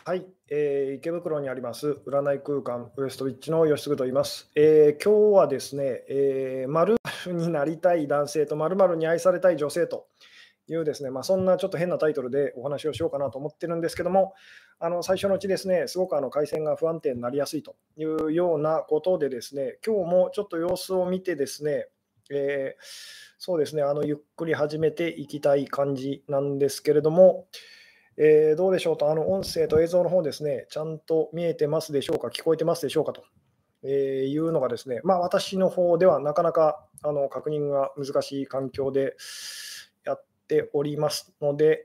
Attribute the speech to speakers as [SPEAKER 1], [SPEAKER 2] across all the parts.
[SPEAKER 1] はい、池袋にあります占い空間ウエストウィッチの吉嗣と言います。今日はですね、〇〇になりたい男性と〇〇に愛されたい女性というですね、そんなちょっと変なタイトルでお話をしようかなと思ってるんですけども、最初のうちですね、すごく回線が不安定になりやすいというようなことでですね、今日もちょっと様子を見てですね、そうですね、ゆっくり始めていきたい感じなんですけれども、どうでしょうと、音声と映像の方ですね、ちゃんと見えてますでしょうか、聞こえてますでしょうかと、いうのがですね、私の方ではなかなか確認が難しい環境でやっておりますので、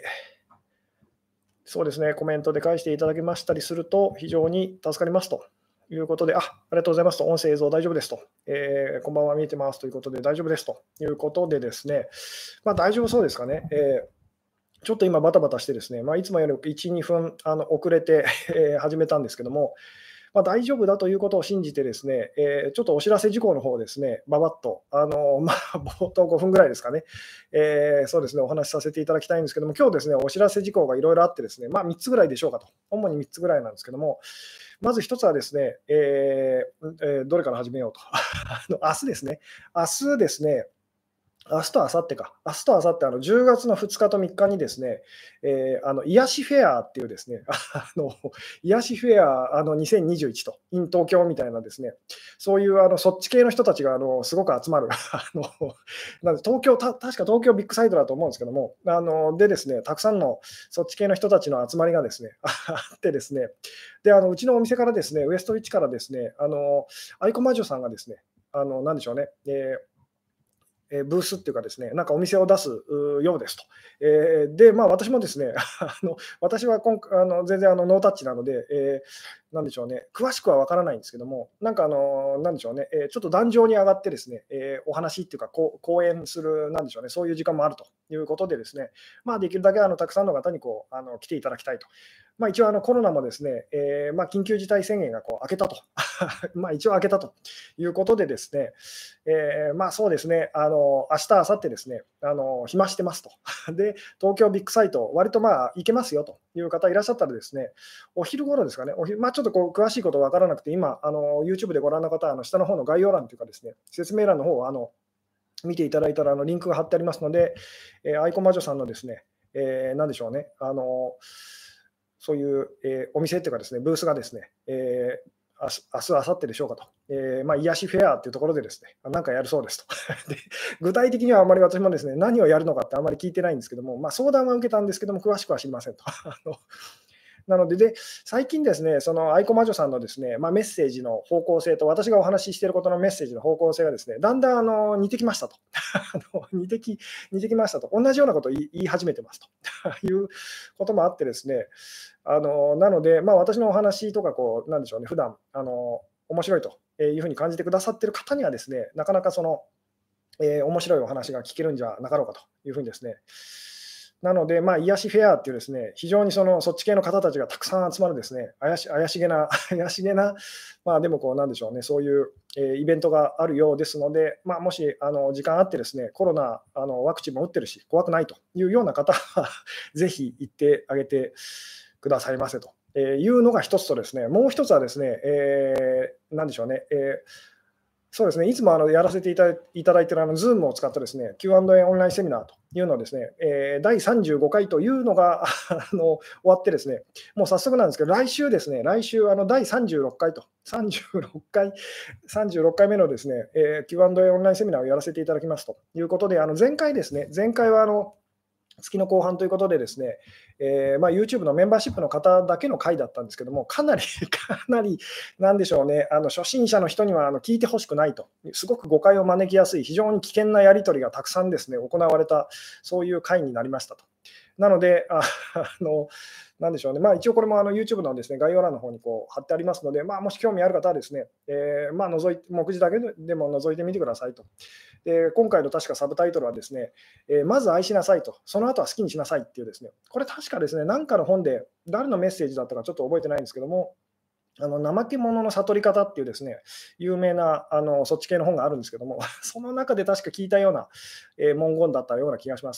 [SPEAKER 1] そうですね、コメントで返していただけましたりすると非常に助かりますということで、ありがとうございますと、音声映像大丈夫ですと、こんばんは見えてますということで大丈夫ですということでですね、大丈夫そうですかね。ちょっと今バタバタしてですね、いつもより1、2分遅れて始めたんですけども、大丈夫だということを信じてですね、ちょっとお知らせ事項の方をですね、ばばっと、冒頭5分ぐらいですかね、そうですね、お話しさせていただきたいんですけども、今日ですね、お知らせ事項がいろいろあってですね、3つぐらいでしょうかと、主に3つぐらいなんですけども、まず1つはですね、どれから始めようと。明日ですね、明日ですね、明日と明後日か。明日と明後日、10月の2日と3日にですね、癒しフェアっていうですね、癒しフェア2021と、in 東京みたいなですね、そういうそっち系の人たちがすごく集まる、なんで東京、確か東京ビッグサイトだと思うんですけども、でですね、たくさんのそっち系の人たちの集まりがですね、あってですね、で、うちのお店からですね、ウエストウィッチからですね、アイコ魔女さんがですね、なんでしょうね、ブースっていうかですね、なんかお店を出すようですと。で、私もですね、私は全然ノータッチなので、なんでしょうね、詳しくはわからないんですけども、なんかなんでしょうね、ちょっと壇上に上がってですね、お話っていうか、講演する、なんでしょうね、そういう時間もあるということでですね、できるだけたくさんの方に来ていただきたいと。一応コロナもですね、緊急事態宣言が明けたと。一応明けたということでですね、そうですね、明日、明後日ですね、暇してますと。で、東京ビッグサイト、割と行けますよという方いらっしゃったらですね、お昼頃ですかね、ちょっと詳しいこと分からなくて、今、YouTube でご覧の方は、下の方の概要欄というかですね、説明欄の方を見ていただいたら、リンクが貼ってありますので、アイコ魔女さんのですね、なんでしょうね、そういう、お店っていうかですね、ブースがですね、明日、明後日でしょうかと、癒しフェアっていうところでですね、なんかやるそうですと。で、具体的にはあまり私もですね、何をやるのかってあまり聞いてないんですけども、相談は受けたんですけども、詳しくは知りませんと。なので、最近ですね、その愛子魔女さんのですね、メッセージの方向性と、私がお話ししていることのメッセージの方向性がですね、だんだん似てきましたと。似てきましたと。同じようなことを言い始めてますということもあってですね、なので、私のお話とか、なんでしょうね、普段面白いというふうに感じてくださっている方にはですね、なかなか面白いお話が聞けるんじゃなかろうかというふうにですね。なので、癒しフェアっていうですね、非常にそっち系の方たちがたくさん集まるですね、怪しげな怪しげな、でもなんでしょうね、そういう、イベントがあるようですので、もし時間あってですね、コロナワクチンも打ってるし、怖くないというような方はぜひ行ってあげてくださいませと、いうのが一つとですね、もう一つはですね、なんでしょうね、そうですね、いつもやらせていただいているZoom を使ったですね、Q&A オンラインセミナーというのをですね、第35回というのが終わってですね、もう早速なんですけど、来週ですね、来週第36回と、36回目のですね、Q&A オンラインセミナーをやらせていただきますということで、前回ですね、前回は月の後半ということでですね、YouTube のメンバーシップの方だけの回だったんですけども、かなりかなり、なんでしょうね、初心者の人には聞いてほしくないと、すごく誤解を招きやすい、非常に危険なやり取りがたくさんですね、行われた、そういう回になりましたと。なので、なんでしょうね、一応これもYouTube のですね、概要欄の方に貼ってありますので、もし興味ある方はですね、目次だけでも覗いてみてくださいと。で、今回の確かサブタイトルはですね、まず愛しなさいと、その後は好きにしなさいっていうですね、これ確かですね、なんかの本で、誰のメッセージだったかちょっと覚えてないんですけども、怠け者の悟り方っていうですね、有名なそっち系の本があるんですけども、その中で確か聞いたような、文言だったような気がしますと。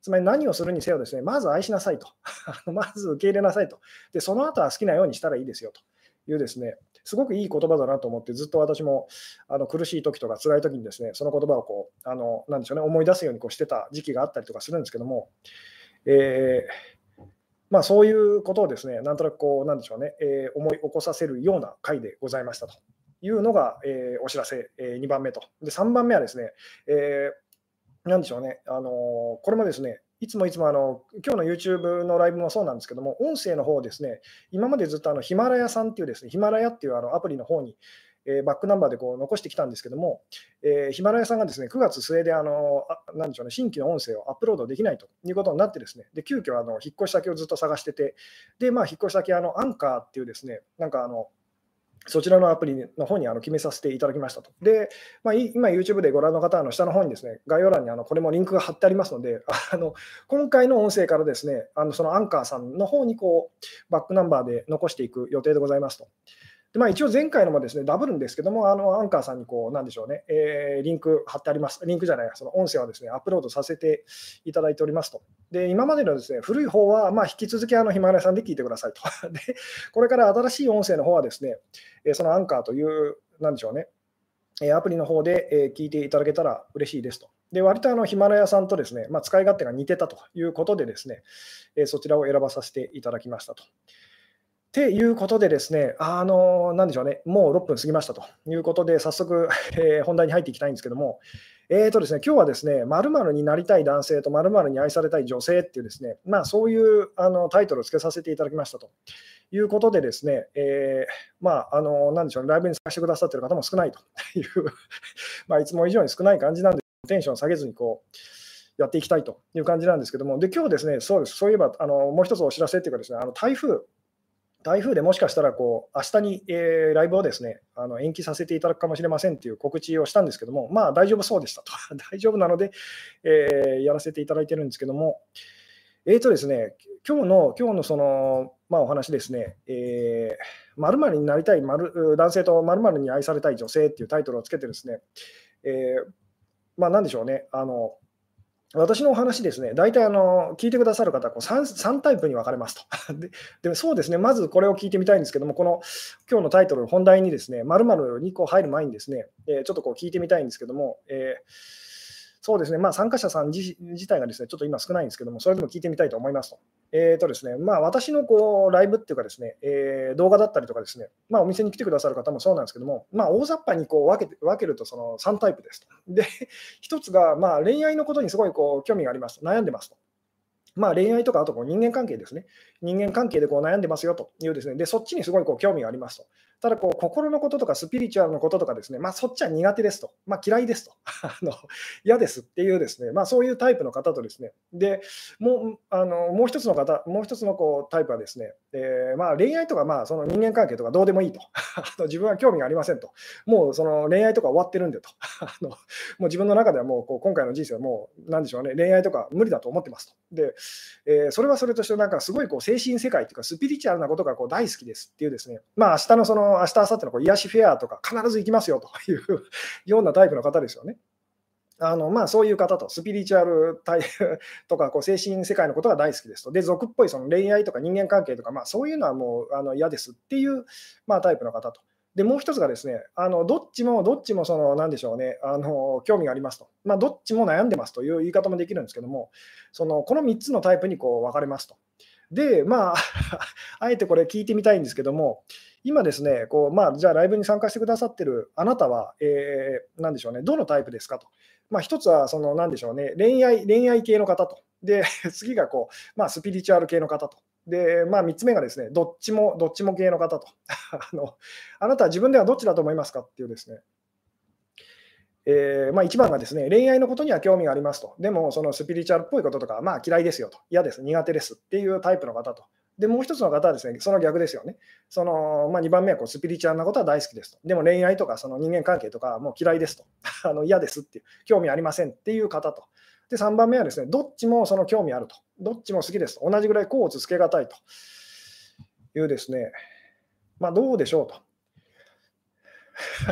[SPEAKER 1] つまり何をするにせよですね、まず愛しなさいと。まず受け入れなさいと。で、その後は好きなようにしたらいいですよというですね、すごくいい言葉だなと思って、ずっと私も苦しい時とか辛い時にですね、その言葉をなんでしょうね、思い出すようにしてた時期があったりとかするんですけども、えそういうことをですね、なんとなくなんでしょうね、思い起こさせるような回でございましたというのが、お知らせ、2番目と。で、3番目はですね、なんでしょうね、これもですね、いつもいつも今日の YouTube のライブもそうなんですけども、音声の方をですね、今までずっとヒマラヤさんっていうですね、ヒマラヤっていうアプリの方に、バックナンバーで残してきたんですけども、ヒマラヤさんがですね、9月末でなんでしょうね、新規の音声をアップロードできないということになってですね、で急遽引っ越し先をずっと探してて、で、引っ越し先アンカーっていうですね、なんかそちらのアプリの方に決めさせていただきましたと。で、今 YouTube でご覧の方は下の方にですね、概要欄にこれもリンクが貼ってありますので、今回の音声からですね、そのアンカーさんの方にバックナンバーで残していく予定でございますと。で一応前回のもですね、ダブるんですけども、アンカーさんになんでしょうね、リンク貼ってあります。リンクじゃない、その音声はですね、アップロードさせていただいておりますと。で、今までのですね、古い方は、引き続きヒマラヤさんで聞いてくださいと。で、これから新しい音声の方はですね、そのアンカーという、なんでしょうね、アプリの方で聞いていただけたら嬉しいですと。で、割とヒマラヤさんとですね、使い勝手が似てたということでですね、そちらを選ばさせていただきましたと。っていうことでですね、なんでしょうね、もう6分過ぎましたということで、早速、本題に入っていきたいんですけども、ですね、今日はですね、〇〇になりたい男性と〇〇に愛されたい女性っていうですね、そういうタイトルをつけさせていただきましたということでですね、なんでしょうね、ライブに参加してくださっている方も少ないといういつも以上に少ない感じなんで、テンション下げずにやっていきたいという感じなんですけども、で、今日ですね、そうです、そういえば、もう一つお知らせっていうかですね、台風でもしかしたら明日に、ライブをですね、延期させていただくかもしれませんという告知をしたんですけども、大丈夫そうでしたと。大丈夫なので、やらせていただいてるんですけども、ですね、今日のお話ですね、〇〇になりたい男性と〇〇に愛されたい女性っていうタイトルをつけてですね、なんでしょうね、私のお話ですね、大体聞いてくださる方は3タイプに分かれますと。でそうですね、まずこれを聞いてみたいんですけども、今日のタイトル、本題にですね、〇〇に入る前にですね、ちょっと聞いてみたいんですけども、そうですね、参加者さん自体がですね、ちょっと今少ないんですけども、それでも聞いてみたいと思いますと。ですね、私のライブっていうかですね、動画だったりとかですね、お店に来てくださる方もそうなんですけども、大雑把に分けるとその3タイプですと。で、一つが、恋愛のことにすごい興味がありますと、悩んでますと。恋愛とか、あと人間関係ですね。人間関係で悩んでますよというですね、で、そっちにすごい興味がありますと。ただ心のこととかスピリチュアルのこととかですね、そっちは苦手ですと。嫌いですと。嫌ですっていうですね、そういうタイプの方とですね、で、もう一つのタイプはですね、恋愛とかその人間関係とかどうでもいいと。自分は興味がありませんと。もうその恋愛とか終わってるんでと。もう自分の中ではもう今回の人生はもうなんでしょうね、恋愛とか無理だと思ってますと。で、それはそれとしてすごい精神世界というかスピリチュアルなことが大好きですっていうですね、明日、明日、明後日の癒しフェアとか必ず行きますよというようなタイプの方ですよね。そういう方と、スピリチュアルとか精神世界のことが大好きですと。で、俗っぽいその恋愛とか人間関係とか、そういうのはもう嫌ですっていう、タイプの方と。で、もう一つがですね、どっちもなんでしょうね、興味がありますと。どっちも悩んでますという言い方もできるんですけども、この3つのタイプに分かれますと。で、あえてこれ聞いてみたいんですけども、今ですね、じゃあライブに参加してくださってるあなたは、なんでしょうね、どのタイプですかと。一つはなんでしょうね、恋愛系の方と。で、次がスピリチュアル系の方と。で、3つ目がですね、どっちも系の方と。あなたは自分ではどっちだと思いますかっていうですね、1番がですね、恋愛のことには興味がありますと。でも、そのスピリチュアルっぽいこととか、嫌いですよと。嫌です、苦手ですっていうタイプの方と。で、もう一つの方はですね、その逆ですよね。2番目はスピリチュアルなことは大好きですと。でも恋愛とかその人間関係とかもう嫌いですと。嫌ですっていう、興味ありませんっていう方と。で、3番目はですね、どっちもその興味あると。どっちも好きですと。同じぐらい甲乙つけがたいというですね、どうでしょうと。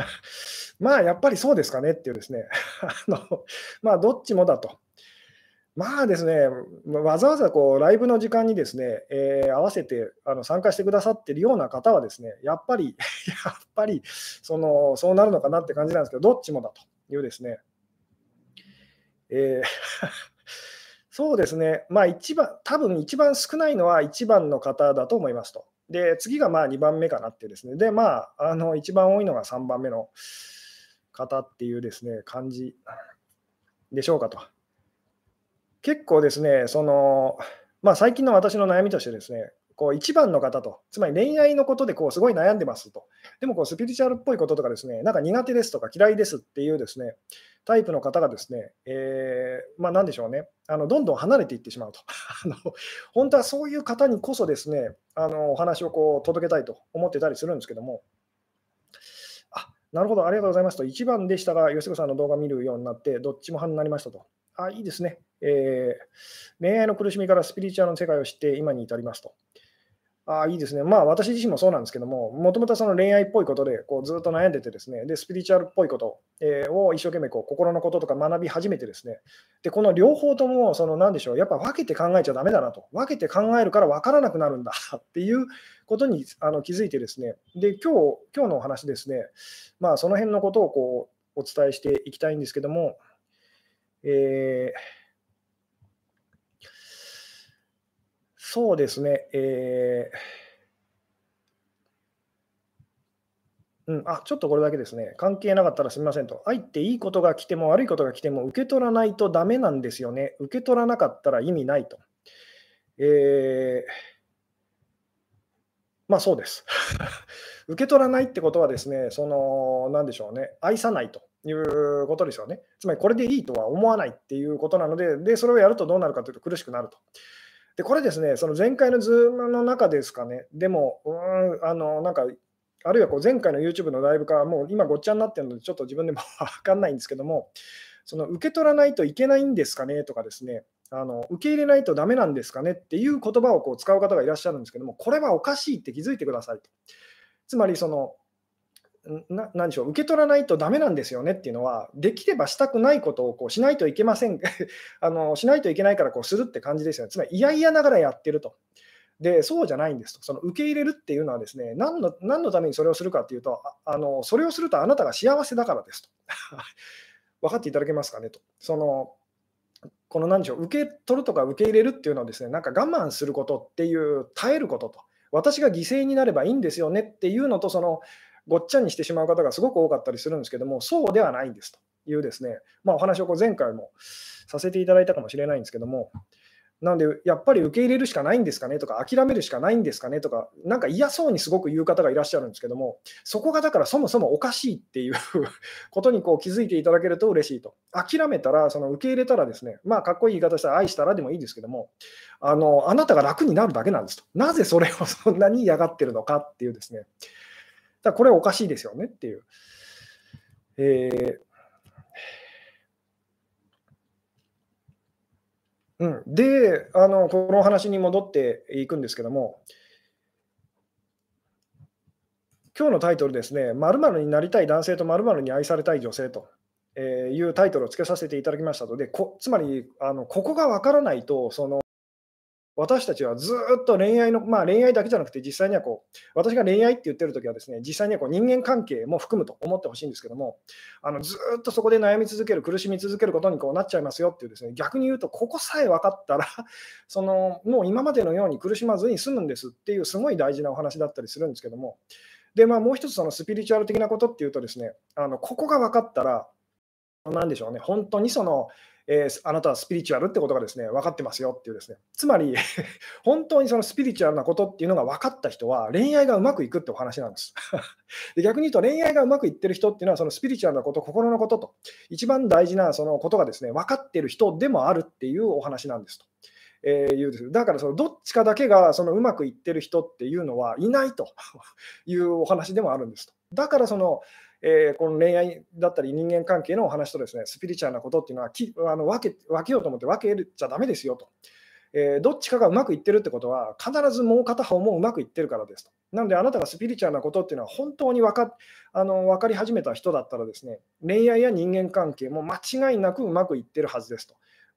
[SPEAKER 1] やっぱりそうですかねっていうですね、どっちもだと。 まあですね、わざわざこうライブの時間にですね、合わせて参加してくださっているような方はですね、やっぱりやっぱりそうなるのかなって感じなんですけど、どっちもだというですね、えーそうですね、まあ多分一番少ないのは1番の方だと思いますと。で、次がまあ2番目かなっていうですね、で、まあ、一番多いのが3番目の方っていうですね、感じでしょうかと。結構ですね、まあ、最近の私の悩みとしてですね、こう一番の方と、つまり恋愛のことでこうすごい悩んでますと。でもこうスピリチュアルっぽいこととかですね、なんか苦手ですとか嫌いですっていうですね、タイプの方がですね、まあ、なんでしょうね、どんどん離れていってしまうと。本当はそういう方にこそですね、お話をこう届けたいと思ってたりするんですけども、なるほど、ありがとうございますと。1番でしたが、吉子さんの動画見るようになって、どっちも派になりましたと。いいですね。恋愛の苦しみからスピリチュアルの世界を知って、今に至りますと。いいですね。まあ、私自身もそうなんですけども、もともとその恋愛っぽいことで、こうずっと悩んでてですね、で、スピリチュアルっぽいこと、を一生懸命こう心のこととか学び始めてですね、で、この両方とも、なんでしょう、やっぱ分けて考えちゃダメだなと。分けて考えるから分からなくなるんだっていうことに気づいてですね、で、今日のお話ですね、まあ、その辺のことをこうお伝えしていきたいんですけども、えーそうですね、ちょっとこれだけですね、関係なかったらすみませんと。愛っていいことが来ても悪いことが来ても受け取らないとダメなんですよね。受け取らなかったら意味ないと。えーそうです。受け取らないってことはですね、なんでしょうね、愛さないということですよね。つまりこれでいいとは思わないっていうことなので、で、それをやるとどうなるかというと苦しくなると。で、これですね、その前回のズームの中ですかね、でも、なんか、あるいはこう前回の YouTube のライブか、もう今ごっちゃになってるので、ちょっと自分でもわかんないんですけども、受け取らないといけないんですかねとかですね、受け入れないとダメなんですかねっていう言葉をこう使う方がいらっしゃるんですけども、これはおかしいって気づいてくださいと。つまりなんでしょう、受け取らないとダメなんですよねっていうのは、できればしたくないことをこうしないといけませんしないといけないからこうするって感じですよね。つまり嫌々ながらやってると。で、そうじゃないんですと。その受け入れるっていうのはですね、何のためにそれをするかっていうと、それをするとあなたが幸せだからですと。分かっていただけますかねと。この何でしょう、受け取るとか受け入れるっていうのはですね、なんか我慢することっていう、耐えることと、私が犠牲になればいいんですよねっていうのと、ごっちゃにしてしまう方がすごく多かったりするんですけども、そうではないんですというですね、お話をこう前回もさせていただいたかもしれないんですけども、なので、やっぱり受け入れるしかないんですかねとか、諦めるしかないんですかねとか、なんか嫌そうにすごく言う方がいらっしゃるんですけども、そこがだからそもそもおかしいっていうことにこう気づいていただけると嬉しいと。諦めたら、受け入れたらですね、かっこいい言い方したら愛したらでもいいですけども、あなたが楽になるだけなんですと。なぜそれをそんなに嫌がってるのかっていうですね、これはおかしいですよねっていう。えーで、この話に戻っていくんですけども、今日のタイトルですね、〇〇になりたい男性と〇〇に愛されたい女性というタイトルをつけさせていただきましたので、つまりここがわからないと、私たちはずっと恋愛の、恋愛だけじゃなくて、実際には私が恋愛って言ってるときはですね、実際には人間関係も含むと思ってほしいんですけども、ずっとそこで悩み続ける、苦しみ続けることになっちゃいますよっていうですね、逆に言うと、ここさえ分かったらもう今までのように苦しまずに済むんですっていう、すごい大事なお話だったりするんですけども、で、もう一つスピリチュアル的なことっていうとですね、ここが分かったら、なんでしょうね、本当にあなたはスピリチュアルってことがですね、分かってますよっていうですね。つまり本当にそのスピリチュアルなことっていうのが分かった人は、恋愛がうまくいくってお話なんです。で、逆に言うと恋愛がうまくいってる人っていうのは、そのスピリチュアルなこと、心のことと、一番大事なそのことがですね、分かってる人でもあるっていうお話なんですと。いうです。だからどっちかだけがうまくいってる人っていうのはいないというお話でもあるんですと。だからこの恋愛だったり人間関係のお話とですね、スピリチュアルなことっていうのは分けようと思って分けちゃだめですよと。どっちかがうまくいってるってことは、必ずもう片方もうまくいってるからですと。なので、あなたがスピリチュアルなことっていうのは本当に分かり始めた人だったらですね、恋愛や人間関係も間違いなくうまくいってるはずですと。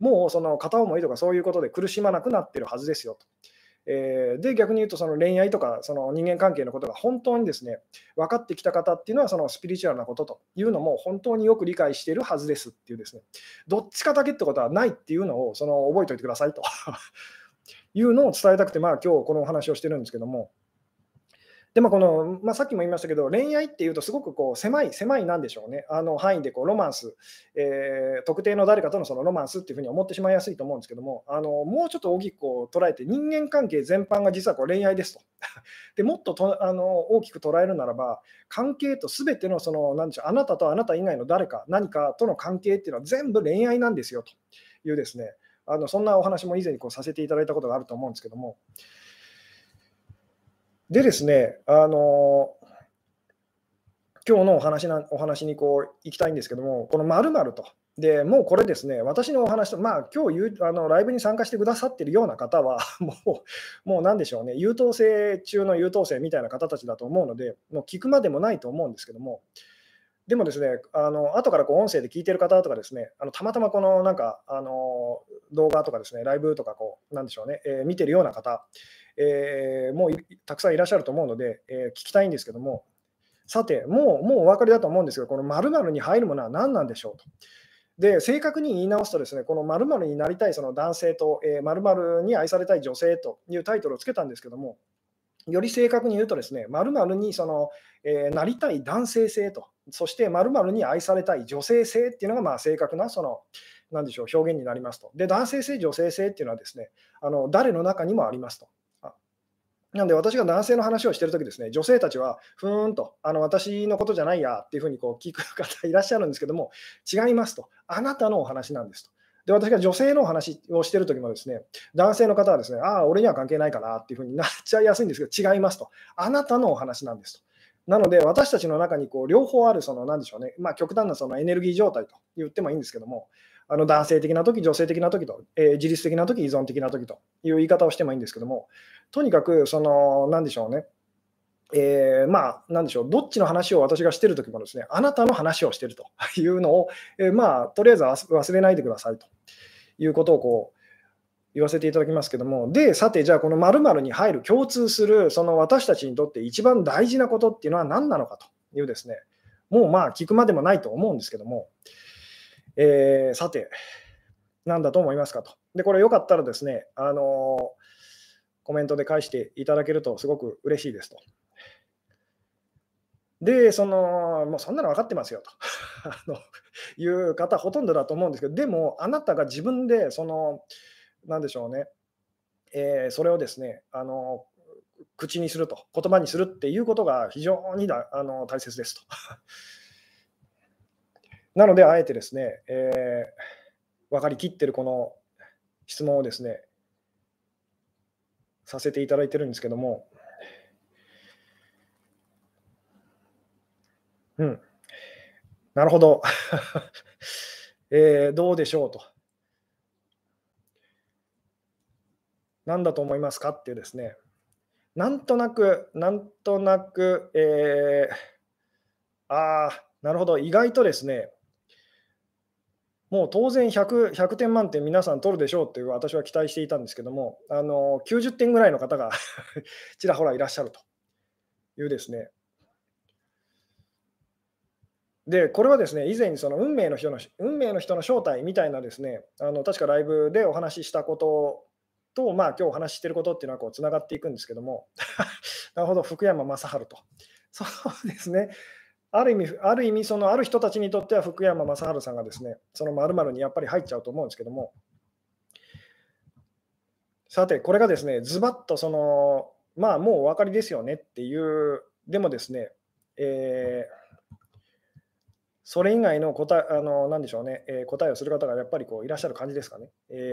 [SPEAKER 1] もうその片思いとかそういうことで苦しまなくなってるはずですよと。で、逆に言うと、その恋愛とかその人間関係のことが本当にですね、分かってきた方っていうのは、そのスピリチュアルなことというのも本当によく理解しているはずですっていうですね、どっちかだけってことはないっていうのを覚えておいてくださいというのを伝えたくて、今日このお話をしてるんですけども、で、さっきも言いましたけど、恋愛っていうとすごく狭いなんでしょうね、範囲でロマンス、特定の誰かとのそのロマンスっていうふうに思ってしまいやすいと思うんですけども、もうちょっと大きく捉えて、人間関係全般が実は恋愛ですと。でもっと大きく捉えるならば、関係とすべてのなんでしょう、あなたとあなた以外の誰か、何かとの関係っていうのは全部恋愛なんですよというですね、そんなお話も以前にさせていただいたことがあると思うんですけども。でですね、今日のお話に行きたいんですけども、この〇〇と。で、もうこれですね、私のお話と、今日ライブに参加してくださっているような方は、もうなんでしょうね、優等生中の優等生みたいな方たちだと思うので、もう聞くまでもないと思うんですけども、でもですね、後から音声で聞いてる方とかですね、たまたま動画とかですね、ライブとかなんでしょうね、見てるような方、もうたくさんいらっしゃると思うので、聞きたいんですけども、さて、もうお分かりだと思うんですが、この〇〇に入るものは何なんでしょうと。で、正確に言い直すとですね、この〇〇になりたいその男性と、〇〇に愛されたい女性というタイトルをつけたんですけども、より正確に言うとですね、〇〇になりたい男性性と、そして〇〇に愛されたい女性性っていうのが正確ななんでしょう、表現になりますと。で、男性性、女性性っていうのはですね、誰の中にもありますと。なので、私が男性の話をしているときですね、女性たちは、ふーんと、私のことじゃないやっていうふうに聞く方いらっしゃるんですけども、違いますと。あなたのお話なんですと。で、私が女性のお話をしているときもですね、男性の方はですね、ああ、俺には関係ないかなっていうふうになっちゃいやすいんですけど、違いますと。あなたのお話なんですと。なので、私たちの中に両方ある、なんでしょうね、極端なエネルギー状態と言ってもいいんですけども、男性的な時、女性的な時と、自律的な時、依存的な時という言い方をしてもいいんですけども、とにかくなんでしょうね、なんでしょう、どっちの話を私がしている時もですね、あなたの話をしているというのを、とりあえず忘れないでくださいということを言わせていただきますけども、で、さて、じゃあこの〇〇に入る共通する、私たちにとって一番大事なことっていうのは何なのかというですね、もう聞くまでもないと思うんですけども、さて、何だと思いますかと。で、これよかったらですね、コメントで返していただけるとすごく嬉しいですと。で、もうそんなの分かってますよという方ほとんどだと思うんですけど、でもあなたが自分でなんでしょうね、それをですね、口にすると、言葉にするっていうことが非常に大切ですと。なので、あえてですね、分かりきってるこの質問をですね、させていただいてるんですけども、うん、なるほど。どうでしょうと。何だと思いますかっていうですね、なんとなく、なるほど、意外とですね、もう当然100点満点皆さん取るでしょうっていう私は期待していたんですけども、90点ぐらいの方がちらほらいらっしゃるというですね。で、これはですね、以前に運命の人の正体みたいなですね、確かライブでお話ししたことと、今日お話ししていることっていうのはつながっていくんですけども、なるほど、福山雅治と。そうですね。ある意味、ある人たちにとっては福山雅治さんがですね、その〇〇にやっぱり入っちゃうと思うんですけども、さて、これがですね、ズバッともうお分かりですよねっていう、でもですね、それ以外のなんでしょうね、答えをする方がやっぱりいらっしゃる感じですかね。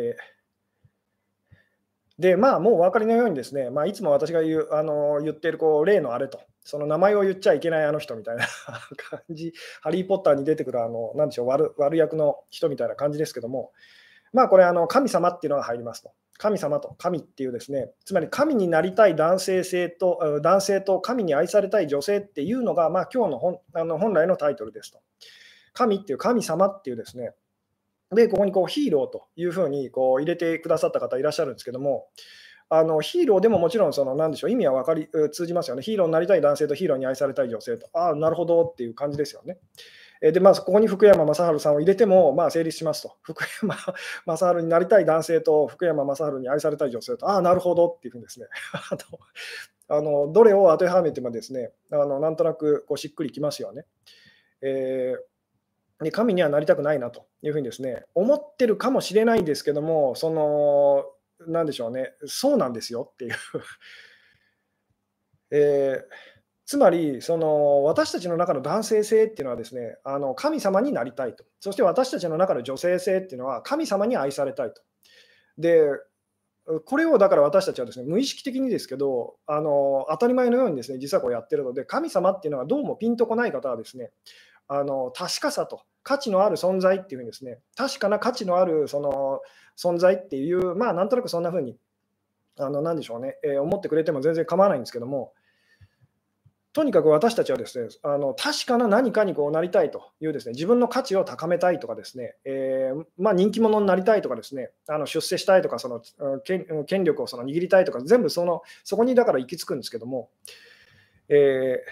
[SPEAKER 1] で、もうお分かりのようにですね、いつも私が言っている例のあれと、その名前を言っちゃいけないあの人みたいな感じ、ハリー・ポッターに出てくるなんでしょう、悪役の人みたいな感じですけども、これ神様っていうのが入りますと。神様と神っていうですね、つまり神になりたい男性と神に愛されたい女性っていうのが、今日の本来のタイトルですと。神っていう神様っていうですね、 で、ここにこうヒーローというふうにこう入れてくださった方いらっしゃるんですけども、ヒーローでももちろんそのなんでしょう、意味は通じますよね。ヒーローになりたい男性とヒーローに愛されたい女性と、ああ、なるほどっていう感じですよね。で、まあ、ここに福山雅治さんを入れても、まあ、成立しますと。福山雅治になりたい男性と福山雅治に愛されたい女性と、ああ、なるほどっていうふうにですね、どれを当てはめてもですね、なんとなくこうしっくりきますよね。えで、神にはなりたくないなというふうにですね、思ってるかもしれないんですけども、なんでしょうね、そうなんですよっていう。えつまり、私たちの中の男性性っていうのはですね、神様になりたいと。そして私たちの中の女性性っていうのは神様に愛されたいと。で、これをだから私たちはですね、無意識的にですけど、当たり前のようにですね、実はこうやってるので、神様っていうのはどうもピンとこない方はですね、確かさと価値のある存在っていうふうにですね、確かな価値のある存在っていう、まあ、なんとなくそんな風に、なんでしょうね、思ってくれても全然構わないんですけども、とにかく私たちはですね、確かな何かにこうなりたいというですね、自分の価値を高めたいとかですね、まあ、人気者になりたいとかですね、出世したいとか、権力を握りたいとか、全部そこにだから行き着くんですけども、え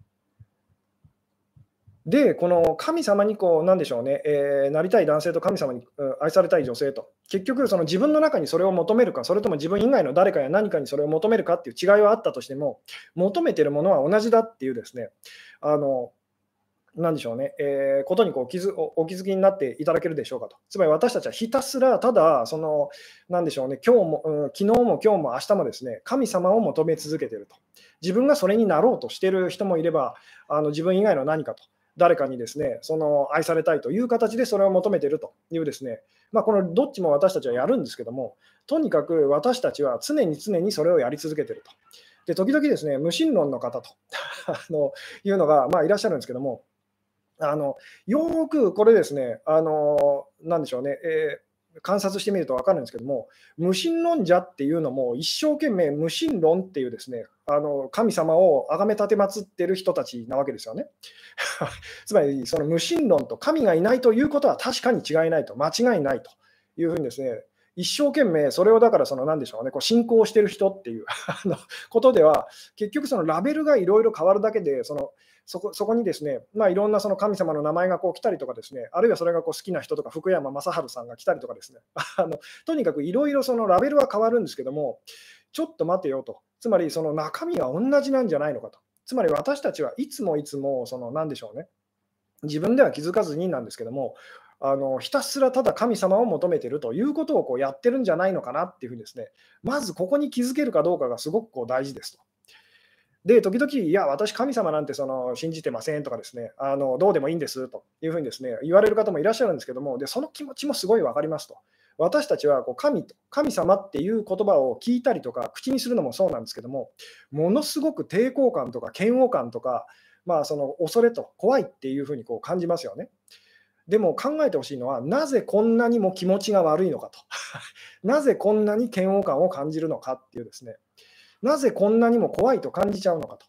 [SPEAKER 1] で、この神様にこう、なんでしょうね、なりたい男性と神様に、愛されたい女性と、結局その自分の中にそれを求めるか、それとも自分以外の誰かや何かにそれを求めるかっていう違いはあったとしても、求めてるものは同じだっていうですね、あの、なんでしょうね、ことにこうお気づきになっていただけるでしょうかと。つまり私たちはひたすらただ、なんでしょうね、今日も、昨日も今日も明日もですね、神様を求め続けていると。自分がそれになろうとしている人もいれば、自分以外の何かと。誰かにですね、愛されたいという形でそれを求めているというですね、まあ、このどっちも私たちはやるんですけども、とにかく私たちは常にそれをやり続けていると。で、時々ですね、無神論の方というのが、まあ、いらっしゃるんですけども、あの、よーくこれですね、なんでしょうね、観察してみると分かるんですけども、無神論者っていうのも一生懸命無神論っていうですね、神様を崇め立てまつってる人たちなわけですよね。つまり、その無神論と神がいないということは確かに違いないと、間違いないというふうにですね、一生懸命それをだからなんでしょうね、こう信仰してる人っていうことでは、結局そのラベルがいろいろ変わるだけで、そこにですね、まあ、いろんなその神様の名前がこう来たりとかですね、あるいはそれがこう好きな人とか、福山雅治さんが来たりとかですね、とにかくいろいろそのラベルは変わるんですけども、ちょっと待てよと、つまりその中身は同じなんじゃないのかと。つまり私たちはいつもなんでしょうね、自分では気づかずになんですけども、ひたすらただ神様を求めているということをこうやってるんじゃないのかなっていうふうにですね、まずここに気づけるかどうかがすごくこう大事ですと。で、時々、いや、私、神様なんて信じてませんとかですね、どうでもいいんですというふうにですね、言われる方もいらっしゃるんですけども、で、その気持ちもすごい分かりますと。私たちはこう神様っていう言葉を聞いたりとか、口にするのもそうなんですけども、ものすごく抵抗感とか嫌悪感とか、まあ、恐れと怖いっていうふうにこう感じますよね。でも考えてほしいのは、なぜこんなにも気持ちが悪いのかと。なぜこんなに嫌悪感を感じるのかっていうですね、なぜこんなにも怖いと感じちゃうのかと。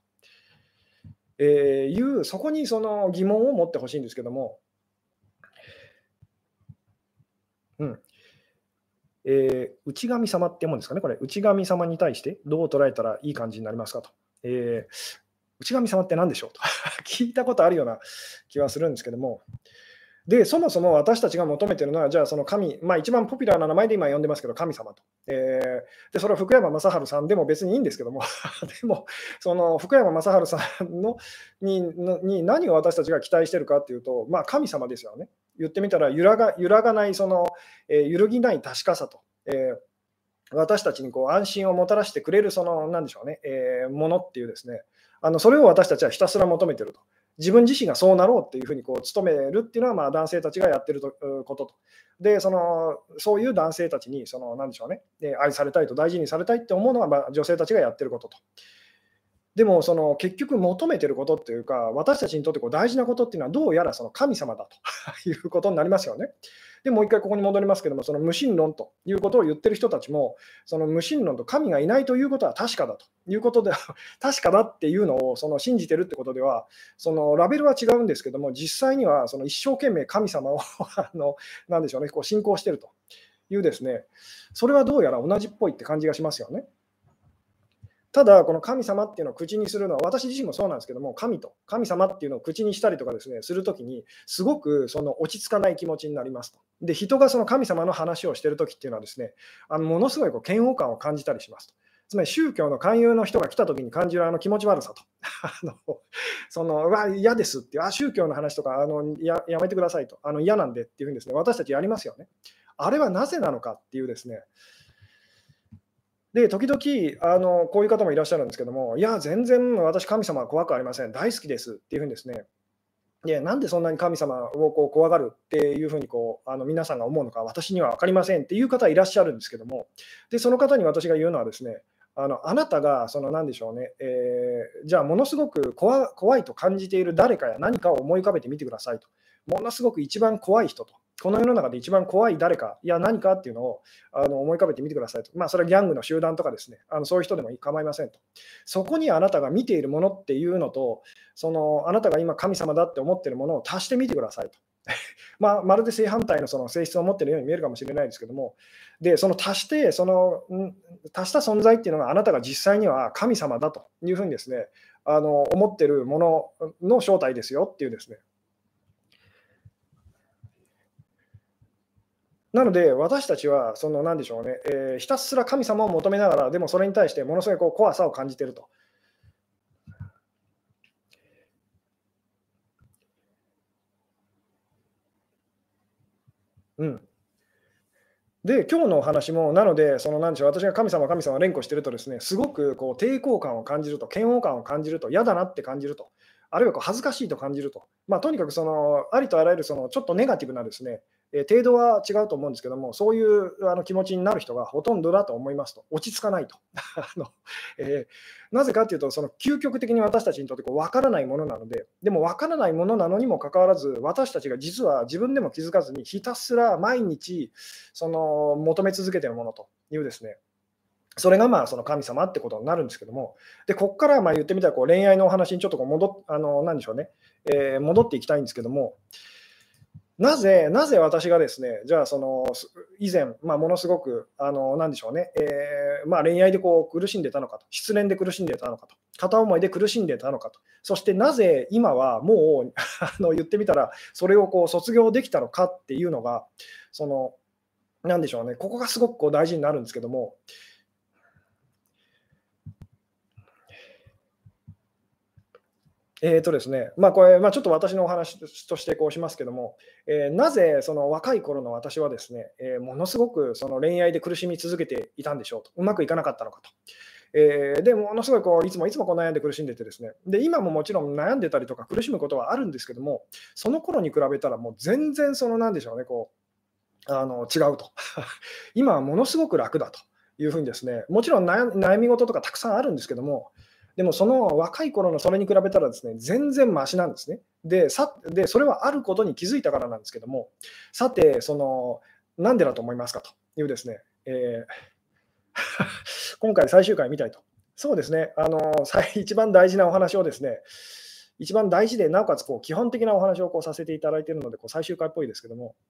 [SPEAKER 1] そこにその疑問を持ってほしいんですけども、うん。内神様って読むんですかね、これ。内神様に対してどう捉えたらいい感じになりますかと。内神様って何でしょうと聞いたことあるような気はするんですけども、で、そもそも私たちが求めているのは、じゃあその神、まあ、一番ポピュラーな名前で今呼んでますけど、神様と。で、それは福山雅治さんでも別にいいんですけども、でも、その福山雅治さんに何を私たちが期待しているかっていうと、まあ、神様ですよね。言ってみたら揺らがない揺るぎない確かさと、私たちにこう安心をもたらしてくれるなんでしょうね、ものっていうですね、それを私たちはひたすら求めていると。自分自身がそうなろうっていうふうにこう努めるっていうのは、まあ、男性たちがやってることと。で、そういう男性たちになんでしょうね、愛されたいと大事にされたいって思うのは、まあ、女性たちがやってることと。でも結局求めてることっていうか、私たちにとってこう大事なことっていうのはどうやらその神様だということになりますよね。 でもう一回ここに戻りますけども、その無神論ということを言ってる人たちも、その無神論と神がいないということは確かだということで、確かだっていうのをその信じてるってことでは、そのラベルは違うんですけども、実際にはその一生懸命神様をなんでしょうね、こう信仰しているというですね、それはどうやら同じっぽいって感じがしますよね。ただ、この神様っていうのを口にするのは、私自身もそうなんですけども、神と神様っていうのを口にしたりとかですね、するときに、すごくその落ち着かない気持ちになりますと。で、人がその神様の話をしているときっていうのはですね、ものすごいこう嫌悪感を感じたりしますと。つまり宗教の勧誘の人が来たときに感じる気持ち悪さと、うわ、嫌ですっていう、宗教の話とかやめてくださいと、嫌なんでっていうふうにですね、私たちやりますよね。あれはなぜなのかっていうですね、で、時々こういう方もいらっしゃるんですけども、いや、全然私、神様は怖くありません、大好きですっていうふうにですね、いや、なんでそんなに神様をこう怖がるっていうふうに皆さんが思うのか、私には分かりませんっていう方いらっしゃるんですけども、でその方に私が言うのはですね、あなたがなんでしょうね、じゃあ、ものすごく怖いと感じている誰かや何かを思い浮かべてみてくださいと。ものすごく一番怖い人と、この世の中で一番怖い誰かや何かっていうのを思い浮かべてみてくださいと。それはギャングの集団とかですね、そういう人でも構いませんと。そこにあなたが見ているものっていうのと、あなたが今神様だって思っているものを足してみてくださいと。まるで正反対のその性質を持っているように見えるかもしれないですけども、でその足して足した存在っていうのがあなたが実際には神様だというふうにですね、思っているものの正体ですよっていうですね。なので、私たちは、なんでしょうね、ひたすら神様を求めながら、でもそれに対してものすごい怖さを感じていると。うん。で、今日のお話も、なので、なんでしょう、私が神様、神様を連呼してるとですね、すごく抵抗感を感じると、嫌悪感を感じると、嫌だなって感じると、あるいは恥ずかしいと感じると、とにかくありとあらゆるちょっとネガティブなですね、程度は違うと思うんですけども、そういう気持ちになる人がほとんどだと思いますと、落ち着かないと。あのなぜかというと、究極的に私たちにとって分からないものなので、でも分からないものなのにもかかわらず、私たちが実は自分でも気づかずに、ひたすら毎日、求め続けているものというですね、それがその神様ってことになるんですけども、でここから言ってみたら恋愛のお話にちょっとなんでしょうね、戻っていきたいんですけども、なぜ私がですね、じゃあ以前、ものすごくなんでしょうね、恋愛で苦しんでたのかと、失恋で苦しんでたのかと、片思いで苦しんでたのかと、そしてなぜ今はもう言ってみたら、それを卒業できたのかっていうのが、なんでしょうね、ここがすごく大事になるんですけども、ですね、これ、ちょっと私のお話としてしますけども、なぜその若い頃の私はですね、ものすごくその恋愛で苦しみ続けていたんでしょうと、うまくいかなかったのかと。で、ものすごいいつもいつも悩んで苦しんでてですね、で、今ももちろん悩んでたりとか苦しむことはあるんですけども、その頃に比べたらもう全然なんでしょうね、違うと。今はものすごく楽だというふうにですね、もちろん悩み事とかたくさんあるんですけども、でもその若い頃のそれに比べたらですね、全然マシなんですね。で、それはあることに気づいたからなんですけども、さて、なんでだと思いますかというですね、今回最終回みたいと。そうですね、一番大事なお話をですね、一番大事で、なおかつ基本的なお話をさせていただいているので、最終回っぽいですけども、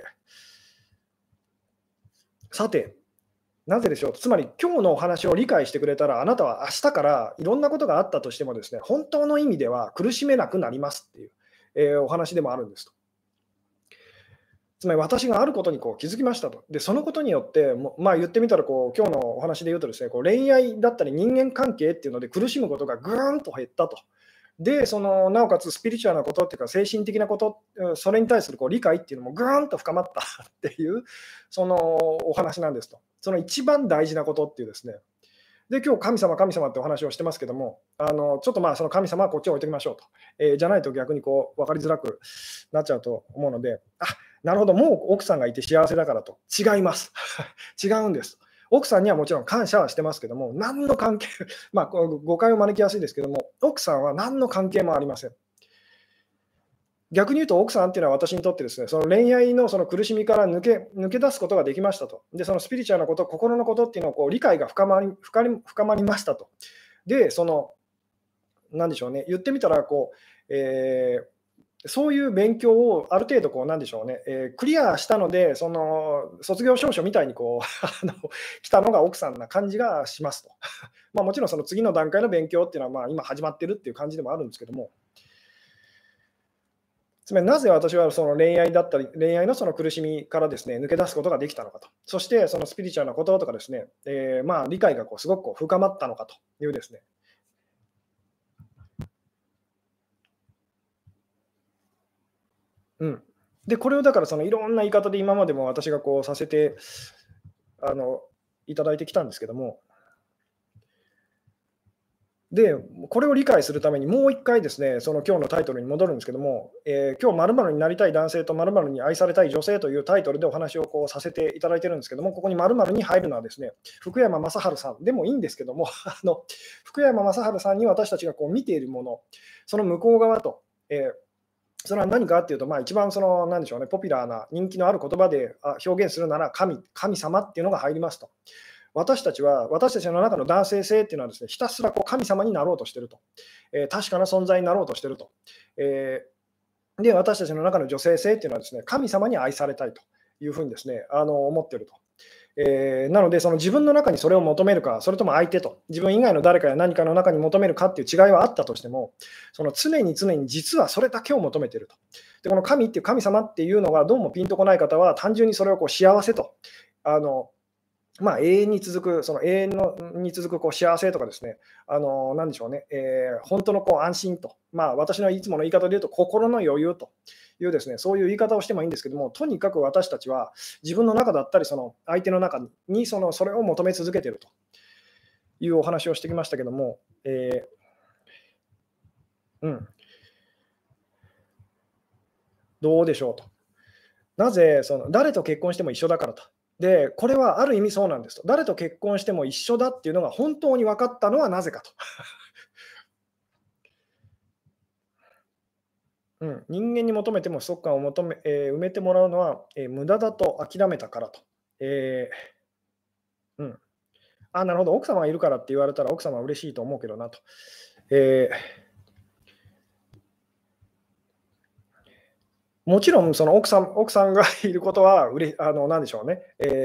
[SPEAKER 1] さて、なぜでしょうと、つまり今日のお話を理解してくれたら、あなたは明日からいろんなことがあったとしてもですね、本当の意味では苦しめなくなりますっていう、お話でもあるんですと。つまり私があることに気づきましたと。で、そのことによって、言ってみたら今日のお話で言うとですね、恋愛だったり人間関係っていうので苦しむことがぐーんと減ったと。で、なおかつスピリチュアルなことっていうか、精神的なこと、それに対する理解っていうのもぐーんと深まったっていう、お話なんですと。その一番大事なことっていうですね。で、今日神様、神様ってお話をしてますけども、ちょっとその神様はこっちを置いておきましょうと。じゃないと逆に分かりづらくなっちゃうと思うので、なるほど、もう奥さんがいて幸せだからと。違います。違うんです。奥さんにはもちろん感謝はしてますけども、何の関係、誤解を招きやすいですけども、奥さんは何の関係もありません。 逆に言うと、奥さんっていうのは私にとってですね、その恋愛のその苦しみから抜け出すことができましたと。で、そのスピリチュアルなこと、心のことっていうのをこう理解が深まりましたと。で、なんでしょうね、言ってみたらそういう勉強をある程度なんでしょうね、クリアしたので、その卒業証書みたいに来たのが奥さんな感じがしますと。まあ、もちろんその次の段階の勉強っていうのは、まあ、今始まってるっていう感じでもあるんですけども、つまりなぜ私はその恋愛だったり、恋愛のその苦しみからですね、抜け出すことができたのかと。そしてそのスピリチュアルなこととかですね、まあ、理解がすごく深まったのかというですね。うん。で、これをだからそのいろんな言い方で今までも私がさせてあのいただいてきたんですけども、で、これを理解するためにもう一回ですね、その今日のタイトルに戻るんですけども、今日〇〇になりたい男性と〇〇に愛されたい女性というタイトルでお話をさせていただいてるんですけども、ここに〇〇に入るのはですね、福山雅治さんでもいいんですけども、福山雅治さんに私たちが見ているもの、その向こう側と、それは何かっていうと、まあ、一番なんでしょうね、ポピュラーな人気のある言葉で表現するなら神様っていうのが入りますと。私たちの中の男性性っていうのはですね、ひたすら神様になろうとしていると、確かな存在になろうとしていると、で、私たちの中の女性性っていうのはですね、神様に愛されたいというふうにですね、思っていると。なので、その自分の中にそれを求めるか、それとも相手と、自分以外の誰かや何かの中に求めるかっていう違いはあったとしても、その常に実はそれだけを求めていると。で、この神っていう神様っていうのがどうもピンとこない方は、単純にそれを幸せと、まあ、永遠に続く、その永遠に続く幸せとかですね、なんでしょうね、本当の安心と、まあ、私のいつもの言い方で言うと、心の余裕というですね、そういう言い方をしてもいいんですけども、とにかく私たちは自分の中だったり、その相手の中にそれを求め続けているというお話をしてきましたけども、うん、どうでしょうと。なぜ誰と結婚しても一緒だからと。で、これはある意味そうなんですと。誰と結婚しても一緒だっていうのが本当に分かったのはなぜかと。うん、人間に求めても不足感を埋めてもらうのは、無駄だと諦めたからと。うん。あ、なるほど、奥様がいるからって言われたら奥様は嬉しいと思うけどなと。もちろんその奥さんがいることはなんでしょうね、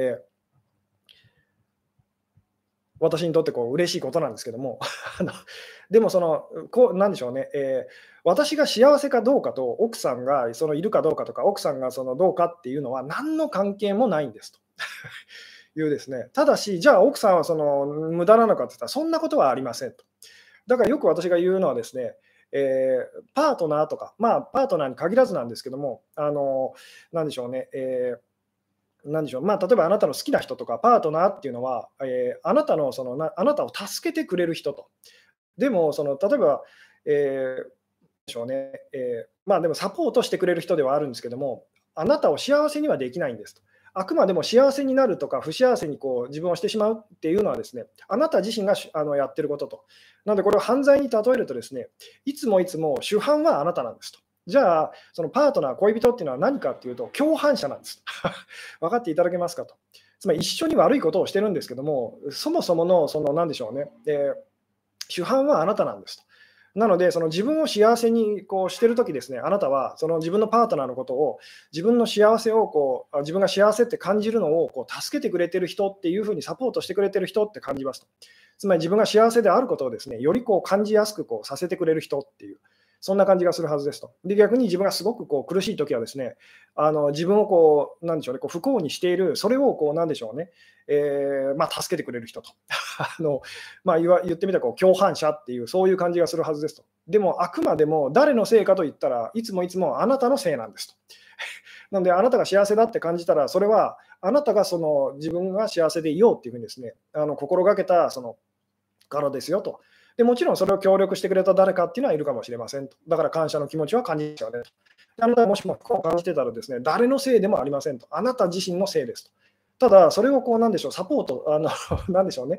[SPEAKER 1] 私にとって嬉しいことなんですけども、でもなんでしょうね、私が幸せかどうかと、奥さんがいるかどうかとか、奥さんがどうかっていうのは何の関係もないんですというですね。ただし、じゃあ奥さんは無駄なのかって言ったら、そんなことはありませんと。だからよく私が言うのはですね、パートナーとか、まあ、パートナーに限らずなんですけども、なんでしょうね、なんでしょう、まあ、例えばあなたの好きな人とかパートナーっていうのは、あなたのあなたを助けてくれる人と。でも、例えば、でしょうね、まあ、でもサポートしてくれる人ではあるんですけども、あなたを幸せにはできないんですと。あくまでも幸せになるとか、不幸せに自分をしてしまうっていうのはですね、あなた自身がやってることと。なので、これを犯罪に例えるとですね、いつもいつも主犯はあなたなんですと。じゃあ、そのパートナー、恋人っていうのは何かっていうと、共犯者なんです。分かっていただけますかと。つまり一緒に悪いことをしてるんですけども、そもそもの、なんでしょうね、主犯はあなたなんですと。なので、自分を幸せにしてるときですね、あなたはその自分のパートナーのことを、自分の幸せを自分が幸せって感じるのを助けてくれてる人っていうふうにサポートしてくれてる人って感じますと。つまり自分が幸せであることをですね、より感じやすくさせてくれる人っていう、そんな感じがするはずですと。で、逆に自分がすごく苦しいときはですね、自分をなんでしょうね、不幸にしている、それをなんでしょうね、まあ、助けてくれる人と。まあ、言ってみたら共犯者っていう、そういう感じがするはずですと。でも、あくまでも誰のせいかと言ったらいつもいつもあなたのせいなんですと。なので、あなたが幸せだって感じたら、それはあなたが自分が幸せでいようっていうふうにですね、心がけたからですよと。でもちろんそれを協力してくれた誰かっていうのはいるかもしれませんと。だから感謝の気持ちは感じちゃうねと。であなたがもしも不幸を感じてたらですね、誰のせいでもありませんと。あなた自身のせいですと。ただ、それをなんでしょう、サポート、なんでしょうね、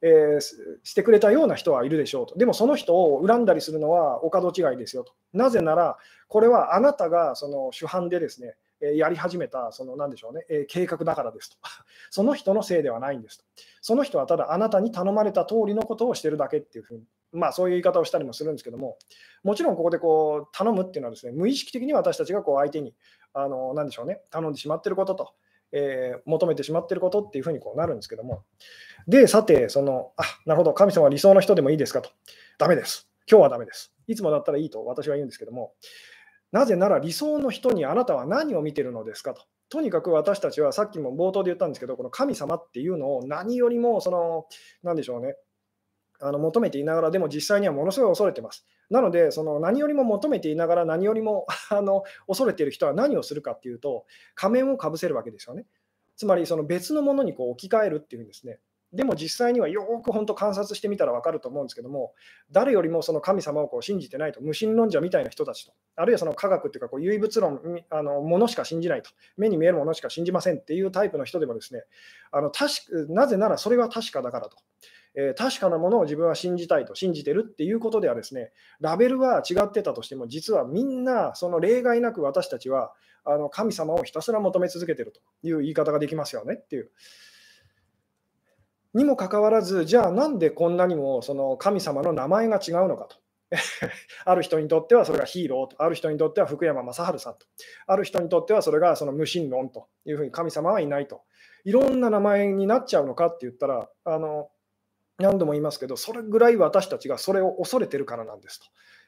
[SPEAKER 1] してくれたような人はいるでしょうと。でもその人を恨んだりするのはお門違いですよと。なぜなら、これはあなたがその主犯でですね、やり始めた、そのなんでしょうね、計画だからですと。その人のせいではないんですと。その人はただあなたに頼まれた通りのことをしてるだけっていうふうに、そういう言い方をしたりもするんですけども、もちろんここでこう頼むっていうのはですね、無意識的に私たちがこう相手に、なんでしょうね、頼んでしまっていることと、求めてしまっていることっていうふうにこうなるんですけども、で、さて、なるほど、神様は理想の人でもいいですかと。ダメです。今日はダメです。いつもだったらいいと私は言うんですけども、なぜなら理想の人にあなたは何を見てるのですかと。とにかく私たちはさっきも冒頭で言ったんですけど、この神様っていうのを何よりもなんでしょうね、求めていながら、でも実際にはものすごい恐れてます。なので、その何よりも求めていながら、何よりも恐れている人は何をするかっていうと、仮面をかぶせるわけですよね。つまり、その別のものにこう置き換えるっていうんですね。でも実際にはよく本当観察してみたら分かると思うんですけども、誰よりもその神様をこう信じてないと、無神論者みたいな人たちと、あるいはその科学っていうかこう唯物論、ものしか信じないと、目に見えるものしか信じませんっていうタイプの人でもですね、なぜならそれは確かだからと。確かなものを自分は信じたいと信じてるっていうことではですね、ラベルは違ってたとしても、実はみんなその例外なく私たちは神様をひたすら求め続けているという言い方ができますよねっていう。にもかかわらず、じゃあなんでこんなにもその神様の名前が違うのかと。ある人にとってはそれがヒーローと、ある人にとっては福山雅治さんと、ある人にとってはそれがその無神論というふうに神様はいないと。いろんな名前になっちゃうのかって言ったら、何度も言いますけど、それぐらい私たちがそれを恐れてるからなんですと。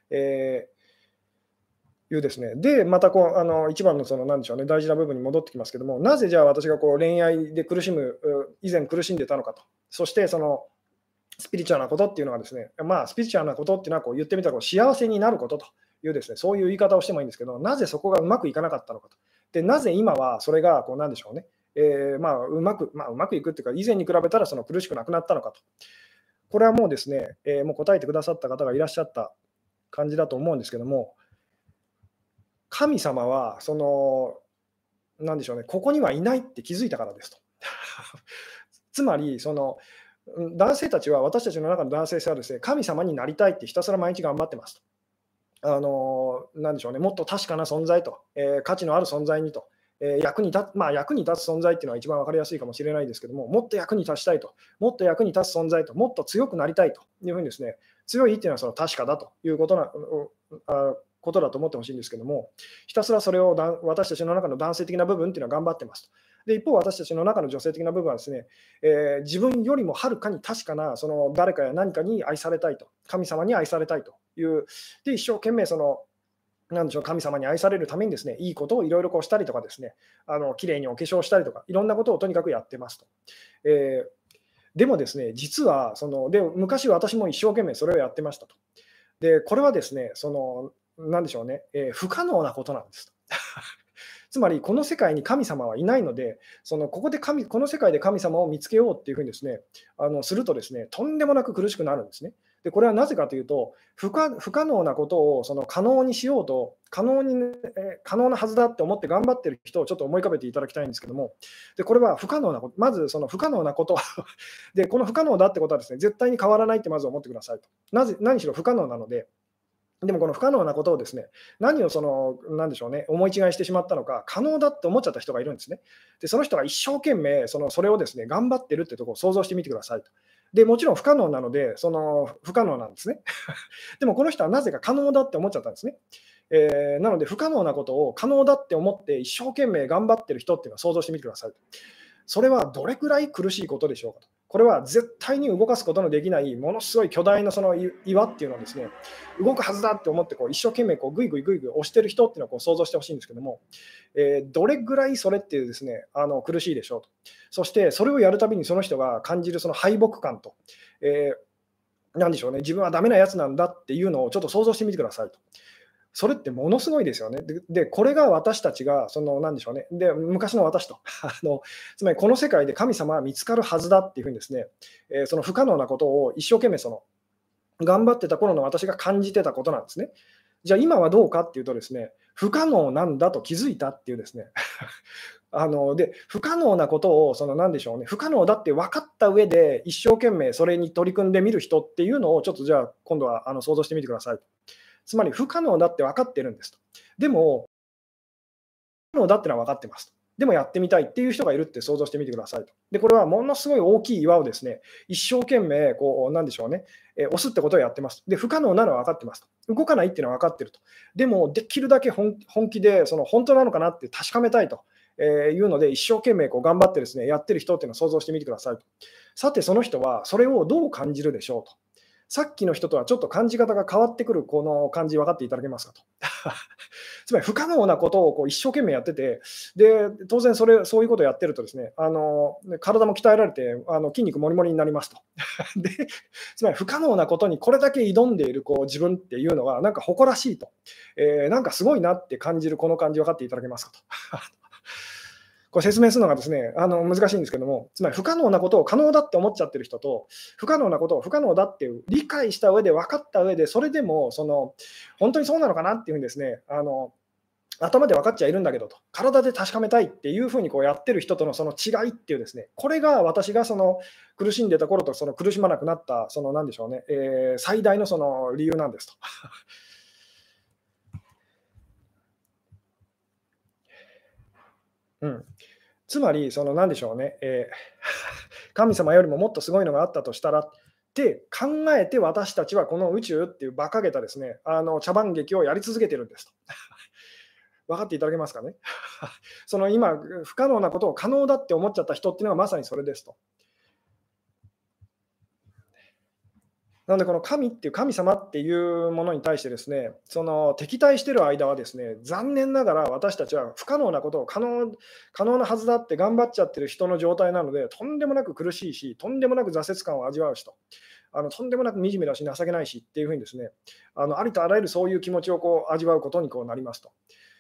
[SPEAKER 1] いうですね。で、また一番のなんでしょうね、大事な部分に戻ってきますけども、なぜじゃあ私が恋愛で以前苦しんでたのかと。そしてスピリチュアルなことっていうのはですね、スピリチュアルなことっていうのは言ってみたら幸せになることというですね、そういう言い方をしてもいいんですけど、なぜそこがうまくいかなかったのかと。で、なぜ今はそれがなんでしょうね、うまくいくっていうか、以前に比べたら苦しくなくなったのかと。これはもうですね、もう答えてくださった方がいらっしゃった感じだと思うんですけども、神様はなんでしょうね、ここにはいないって気づいたからですと。つまり男性たちは、私たちの中の男性性はですね、神様になりたいってひたすら毎日頑張ってますと。なんでしょうね、もっと確かな存在と、価値のある存在にと、役に立つ存在っていうのは一番分かりやすいかもしれないですけども、もっと役に立ちたいと、もっと役に立つ存在と、もっと強くなりたいというふうにですね、強いっていうのは確かだということだと思ってほしいんですけども、ひたすらそれを私たちの中の男性的な部分っていうのは頑張ってますと。で、一方、私たちの中の女性的な部分はですね、自分よりもはるかに確かな誰かや何かに愛されたいと、神様に愛されたいという、で、一生懸命なんでしょう、神様に愛されるためにですね、いいことをいろいろしたりとかですね、綺麗にお化粧したりとか、いろんなことをとにかくやってますと。でもですね、実は昔私も一生懸命それをやってましたと。で、これはですね、なんでしょうね、不可能なことなんですと。つまり、この世界に神様はいないので、この世界で神様を見つけようっていうふうにですね、するとですね、とんでもなく苦しくなるんですね。で、これはなぜかというと、不可能なことを可能にしようと、可能なはずだって思って頑張ってる人をちょっと思い浮かべていただきたいんですけども、で、これは不可能なこと、まずその不可能なことで、この不可能だってことはですね、絶対に変わらないってまず思ってくださいと。何しろ不可能なので、でもこの不可能なことをですね、何をなんでしょうね、思い違いしてしまったのか、可能だって思っちゃった人がいるんですね。で、その人が一生懸命それをですね、頑張ってるってところを想像してみてくださいと。で、もちろん不可能なので、不可能なんですね。でもこの人はなぜか可能だって思っちゃったんですね。なので不可能なことを可能だって思って一生懸命頑張ってる人っていうのを想像してみてくださいと。それはどれくらい苦しいことでしょうかと。これは絶対に動かすことのできないものすごい巨大な岩っていうのをですね、動くはずだって思って一生懸命ぐいぐい押してる人っていうのを想像してほしいんですけども、どれぐらいそれっていうですね、苦しいでしょうと。そしてそれをやるたびにその人が感じる敗北感と、なんでしょうね、自分はダメなやつなんだっていうのをちょっと想像してみてくださいと。それってものすごいですよね。で、これが私たちが、なんでしょうね、で、昔の私と、つまりこの世界で神様は見つかるはずだっていうふうにですね、その不可能なことを一生懸命頑張ってた頃の私が感じてたことなんですね。じゃあ今はどうかっていうとですね、不可能なんだと気づいたっていうですね、 で、不可能なことを、なんでしょうね、不可能だって分かった上で、一生懸命それに取り組んでみる人っていうのを、ちょっとじゃあ、今度は想像してみてください。つまり、不可能だって分かってるんですと。でも、不可能だってのは分かってますと。でもやってみたいっていう人がいるって想像してみてくださいと。で、これはものすごい大きい岩をですね、一生懸命、なんでしょうね、押すってことをやってます。で、不可能なのは分かってますと。動かないっていうのは分かってると。でも、できるだけ本気で、本当なのかなって確かめたいと。いうので、一生懸命頑張ってですね、やってる人っていうのを想像してみてくださいと。さて、その人はそれをどう感じるでしょうと。さっきの人とはちょっと感じ方が変わってくるこの感じ分かっていただけますかと。つまり不可能なことを一生懸命やってて、で当然そういうことをやってるとですね、体も鍛えられて筋肉もりもりになりますと。でつまり不可能なことにこれだけ挑んでいる自分っていうのはなんか誇らしいと、なんかすごいなって感じるこの感じ分かっていただけますかと。これ説明するのがですね、難しいんですけども、つまり不可能なことを可能だって思っちゃってる人と、不可能なことを不可能だっていう理解した上で、分かった上で、それでも本当にそうなのかなっていうふうにですね、頭で分かっちゃいるんだけどと、体で確かめたいっていうふうにやってる人とのその違いっていうですね、これが私が苦しんでた頃と苦しまなくなったなんでしょうね、最大の理由なんですと。うん、つまり、なんでしょうね、神様よりももっとすごいのがあったとしたらって考えて、私たちはこの宇宙っていう馬鹿げたですね、茶番劇をやり続けてるんですと。分かっていただけますかね。今、不可能なことを可能だって思っちゃった人っていうのがまさにそれですと。なので、この神っていう神様っていうものに対してですね、敵対してる間はですね、残念ながら私たちは不可能なことを可能なはずだって頑張っちゃってる人の状態なので、とんでもなく苦しいし、とんでもなく挫折感を味わうしと。とんでもなく惨めだし情けないしっていうふうにですね、ありとあらゆるそういう気持ちを味わうことになりますと。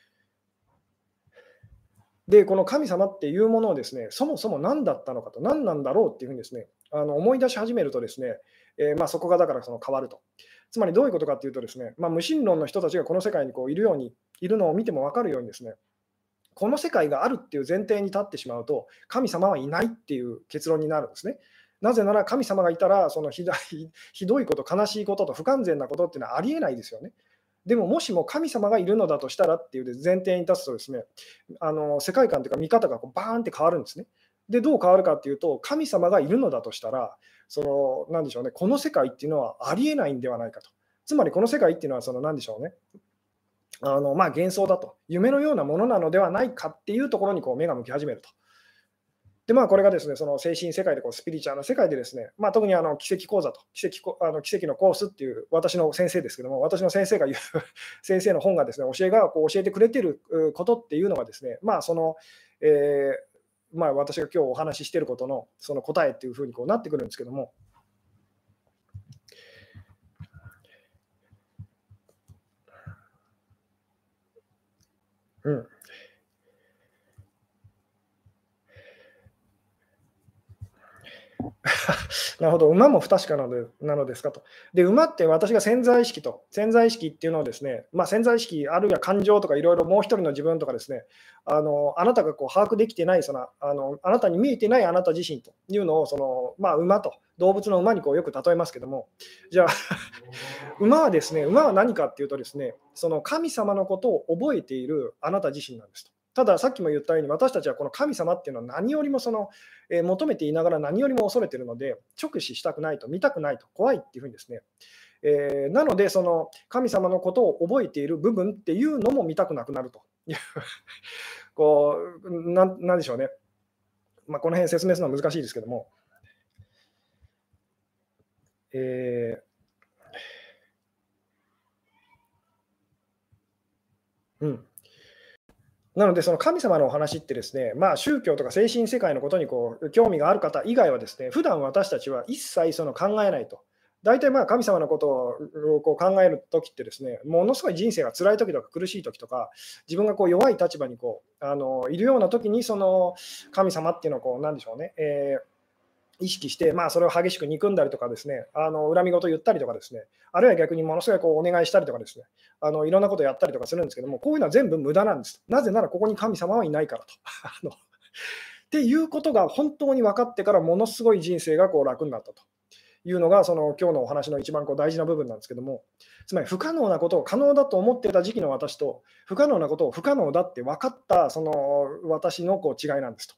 [SPEAKER 1] で、この神様っていうものをですね、そもそも何だったのかと、何なんだろうっていうふうにですね、思い出し始めるとですね、そこがだから変わると。つまりどういうことかっていうとですね、無神論の人たちがこの世界にいるように、いるのを見ても分かるようにですね、この世界があるっていう前提に立ってしまうと、神様はいないっていう結論になるんですね。なぜなら神様がいたら、ひどいこと、悲しいことと不完全なことっていうのはありえないですよね。でも、もしも神様がいるのだとしたらっていう前提に立つとですね、世界観というか見方がバーンって変わるんですね。で、どう変わるかっていうと、神様がいるのだとしたら、なんでしょうね、この世界っていうのはありえないんではないかと。つまりこの世界っていうのはなんでしょうね、幻想だと、夢のようなものなのではないかっていうところに目が向き始めると。で、これがですね、その精神世界でスピリチュアルな世界でですね、特に奇跡講座と、奇跡のコースっていう私の先生ですけども、私の先生が言う先生の本がですね、教えが教えてくれてることっていうのがですね、私が今日お話ししていることのその答えっていうふうになってくるんですけども、うん。なるほど、馬も不確かなのですかと。で、馬って私が潜在意識っていうのをですね、潜在意識あるいは感情とかいろいろもう一人の自分とかですね、あなたが把握できてないあなたに見えてないあなた自身というのを馬と動物の馬によく例えますけども、じゃあ馬は何かっていうとですね、その神様のことを覚えているあなた自身なんですと。たださっきも言ったように私たちはこの神様っていうのは何よりも求めていながら何よりも恐れているので直視したくないと見たくないと怖いっていうふうにですね、なのでその神様のことを覚えている部分っていうのも見たくなくなるというなんでしょうね、この辺説明するのは難しいですけども、えうんなので、その神様のお話ってですね、宗教とか精神世界のことに興味がある方以外はですね、普段私たちは一切考えないと。大体神様のことを考えるときってですね、ものすごい人生が辛いときとか苦しいときとか、自分が弱い立場にいるようなときに、その神様っていうのをなんでしょうね、 意識して、それを激しく憎んだりとかですね、恨み事言ったりとかですね、あるいは逆にものすごいお願いしたりとかですね、いろんなことやったりとかするんですけども、こういうのは全部無駄なんです。なぜならここに神様はいないからと。っていうことが本当に分かってから、ものすごい人生が楽になったというのが、今日のお話の一番大事な部分なんですけども、つまり不可能なことを可能だと思ってた時期の私と、不可能なことを不可能だって分かった私の違いなんですと。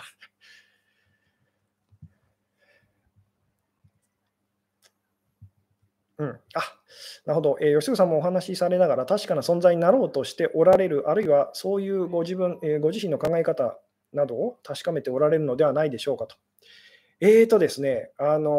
[SPEAKER 1] うん、なるほど、吉純さんもお話しされながら、確かな存在になろうとしておられる、あるいはそういうご自身の考え方などを確かめておられるのではないでしょうかと。ですね、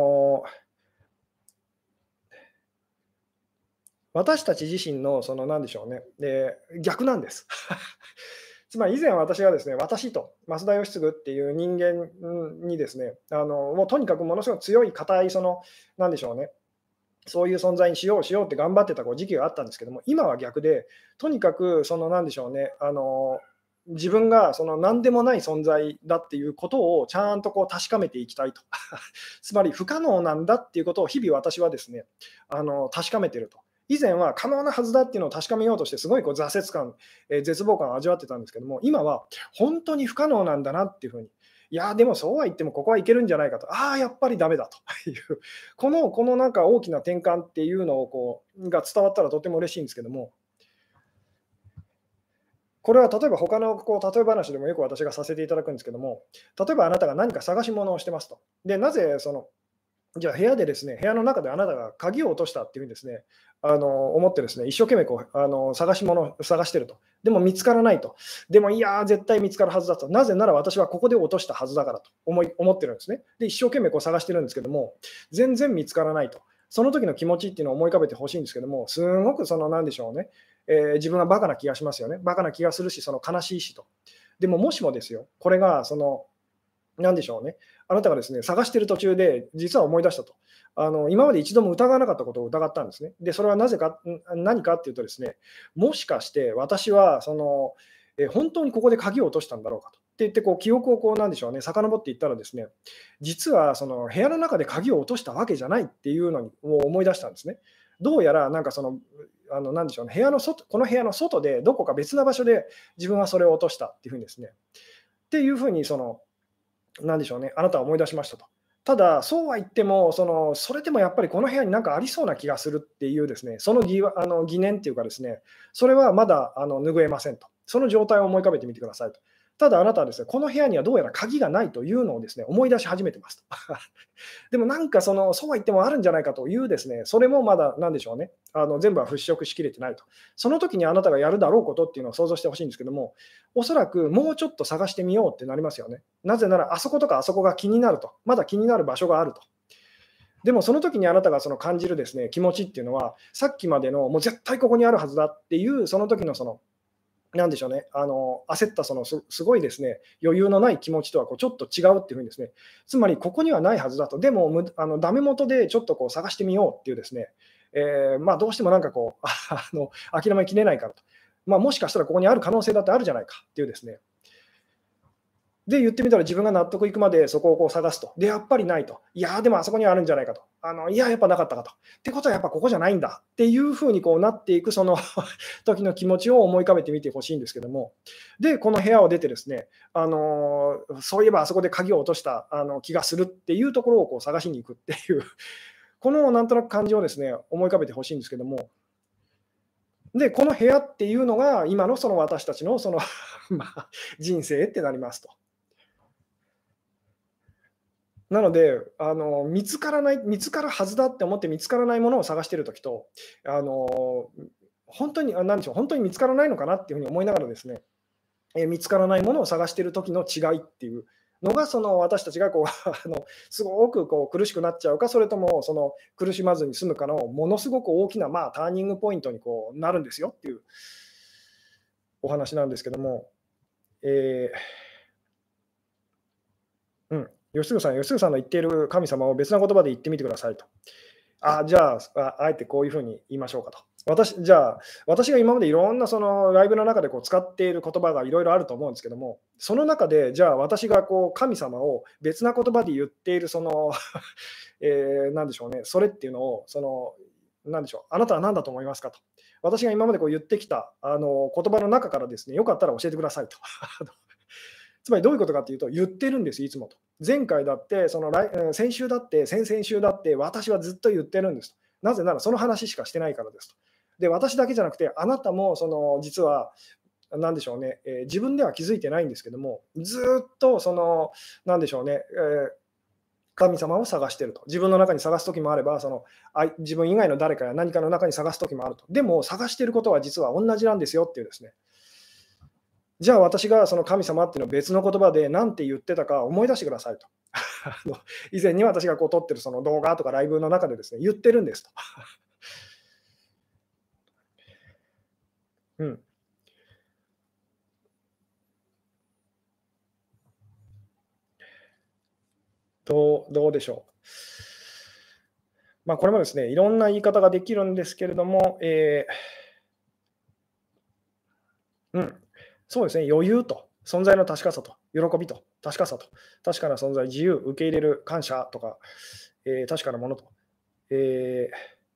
[SPEAKER 1] 私たち自身のなんでしょうね、逆なんです。つまり以前私はですね、私と増田義嗣っていう人間にですね、もうとにかくものすごく強い固いなんでしょうね、そういう存在にしようしようって頑張ってた時期があったんですけども、今は逆で、とにかくなんでしょうね、自分が何でもない存在だっていうことをちゃんと確かめていきたいと。つまり不可能なんだっていうことを日々私はですね、確かめていると。以前は可能なはずだっていうのを確かめようとして、すごい挫折感、絶望感を味わってたんですけども、今は本当に不可能なんだなっていうふうに、いや、でもそうは言ってもここはいけるんじゃないかと、やっぱりダメだという、このなんか大きな転換っていうのをが伝わったらとても嬉しいんですけども、これは例えば他の例え話でもよく私がさせていただくんですけども、例えばあなたが何か探し物をしてますと。で、なぜじゃあ部屋でですね、部屋の中であなたが鍵を落としたっていうふうにですね、思ってですね、一生懸命探し物を探してると。でも見つからないと。でもいやー、絶対見つかるはずだと。なぜなら私はここで落としたはずだからと思ってるんですね。で、一生懸命探してるんですけども、全然見つからないと。その時の気持ちっていうのを思い浮かべてほしいんですけども、すごくなんでしょうね、自分はバカな気がしますよね。バカな気がするし、悲しいしと。でももしもですよ、これがなんでしょうね、あなたがですね、探している途中で、実は思い出したと。今まで一度も疑わなかったことを疑ったんですね。で、それはなぜか、何かっていうとですね、もしかして私は本当にここで鍵を落としたんだろうかと。って言って記憶をなんでしょうね、遡っていったらですね、実は部屋の中で鍵を落としたわけじゃないっていうのを思い出したんですね。どうやらなんかなんでしょうね、この部屋の外でどこか別な場所で自分はそれを落としたっていうふうにですね、っていうふうになんでしょうね、あなたは思い出しましたと。ただ、そうは言っても、それでもやっぱりこの部屋になんかありそうな気がするっていうですね、その疑念っていうかですね、それはまだ拭えませんと。その状態を思い浮かべてみてくださいと。ただあなたはですね、この部屋にはどうやら鍵がないというのをですね、思い出し始めてますと。でもなんかそうは言ってもあるんじゃないかというですね、それもまだなんでしょうね、全部は払拭しきれてないと。その時にあなたがやるだろうことっていうのを想像してほしいんですけども、おそらくもうちょっと探してみようってなりますよね。なぜなら、あそことかあそこが気になると。まだ気になる場所があると。でもその時にあなたが感じるですね、気持ちっていうのは、さっきまでのもう絶対ここにあるはずだっていう、その時のなんでしょうね、焦ったすごいですね、余裕のない気持ちとはちょっと違うっていうふうにですね、つまりここにはないはずだと、でもダメ元でちょっと探してみようっていうですね、どうしてもなんか諦めきれないからと。もしかしたらここにある可能性だってあるじゃないかっていうですね、で、言ってみたら自分が納得いくまでそこを探すと。で、やっぱりないと。いや、でもあそこにはあるんじゃないかと。いや、やっぱなかったかと。ってことはやっぱここじゃないんだっていうふうになっていくその時の気持ちを思い浮かべてみてほしいんですけども。で、この部屋を出てですね、そういえばあそこで鍵を落とした気がするっていうところを探しに行くっていう、このなんとなく感じをですね、思い浮かべてほしいんですけども。で、この部屋っていうのが今の私たちの人生ってなりますと。なので、見つかるはずだって思って見つからないものを探しているときと、あの、本当に、なんでしょう、本当に見つからないのかなっていうふうに思いながらですね、見つからないものを探している時の違いっていうのが、私たちがすごく苦しくなっちゃうか、それとも苦しまずに済むかのものすごく大きな、ターニングポイントになるんですよっていうお話なんですけども、え吉純さんの言っている神様を別な言葉で言ってみてくださいと。 じゃあえてこういうふうに言いましょうかと。じゃあ、私が今までいろんなそのライブの中でこう使っている言葉がいろいろあると思うんですけども、その中で、じゃあ私がこう神様を別な言葉で言っているそのなんでしょうね、それっていうのを、なんでしょう、あなたは何だと思いますかと。私が今までこう言ってきた言葉の中からですね、よかったら教えてくださいと。つまりどういうことかというと、言ってるんです、いつもと。前回だって、先週だって、先々週だって、私はずっと言ってるんですと。なぜならその話しかしてないからですと。で、私だけじゃなくて、あなたも実は、なんでしょうね、自分では気づいてないんですけども、ずっとなんでしょうね、神様を探していると。自分の中に探すときもあれば、自分以外の誰かや何かの中に探すときもあると。でも、探していることは実は同じなんですよっていうですね。じゃあ私がその神様っていうのを別の言葉で何て言ってたか思い出してくださいと。あの以前に私がこう撮ってるその動画とかライブの中でですね、言ってるんですと。うん。どうでしょう。これもですね、いろんな言い方ができるんですけれども、うん、そうですね、余裕と、存在の確かさと、喜びと、確かさと、確かな存在、自由、受け入れる、感謝とか、確かなものと、え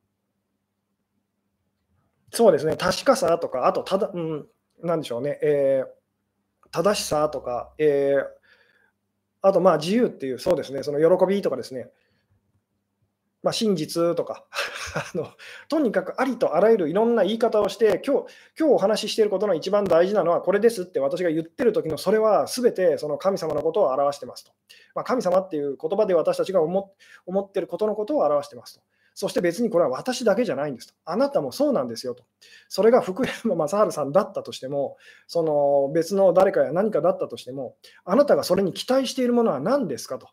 [SPEAKER 1] そうですね、確かさとか、あとなんでしょうね、正しさとか、あと自由っていう、そうですね、その喜びとかですね、真実とかとにかくありとあらゆるいろんな言い方をして、今日お話ししていることの一番大事なのはこれですって私が言ってる時のそれは全てその神様のことを表してますと。神様っていう言葉で私たちが思っていることのことを表してますと。そして別にこれは私だけじゃないんですと。あなたもそうなんですよと。それが福山雅治さんだったとしても、その別の誰かや何かだったとしても、あなたがそれに期待しているものは何ですかと。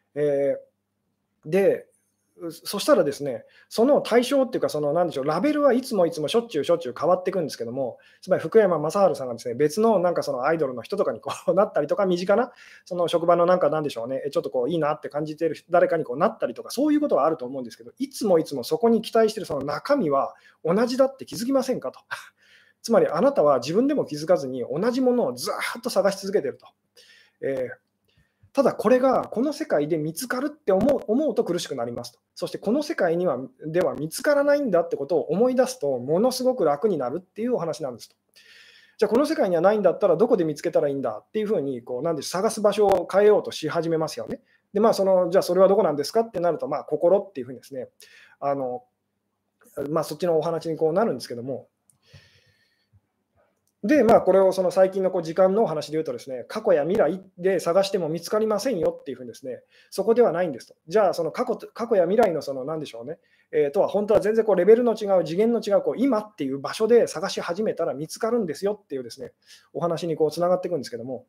[SPEAKER 1] で、そしたらですね、その対象っていうか、なんでしょう、ラベルはいつもいつもしょっちゅう変わっていくんですけども、つまり福山雅治さんがですね、別のなんかそのアイドルの人とかにこうなったりとか、身近なその職場のなんかなんでしょうね、ちょっとこういいなって感じている誰かにこうなったりとか、そういうことはあると思うんですけど、いつもいつもそこに期待しているその中身は同じだって気づきませんかと。つまりあなたは自分でも気づかずに同じものをずっと探し続けていると。えーただこれがこの世界で見つかるって思うと苦しくなりますと。そしてこの世界では見つからないんだってことを思い出すとものすごく楽になるっていうお話なんですと。じゃあこの世界にはないんだったらどこで見つけたらいいんだっていうふうになんで探す場所を変えようとし始めますよね。でじゃあそれはどこなんですかってなると心っていうふうにですねあの、そっちのお話にこうなるんですけども、で、これをその最近の時間のお話で言うとですね、過去や未来で探しても見つかりませんよっていうふうにですね、そこではないんですと。じゃあ、その過去や未来のなんでしょうね、とは本当は全然レベルの違う、次元の違う今っていう場所で探し始めたら見つかるんですよっていうですね、お話につながっていくんですけども、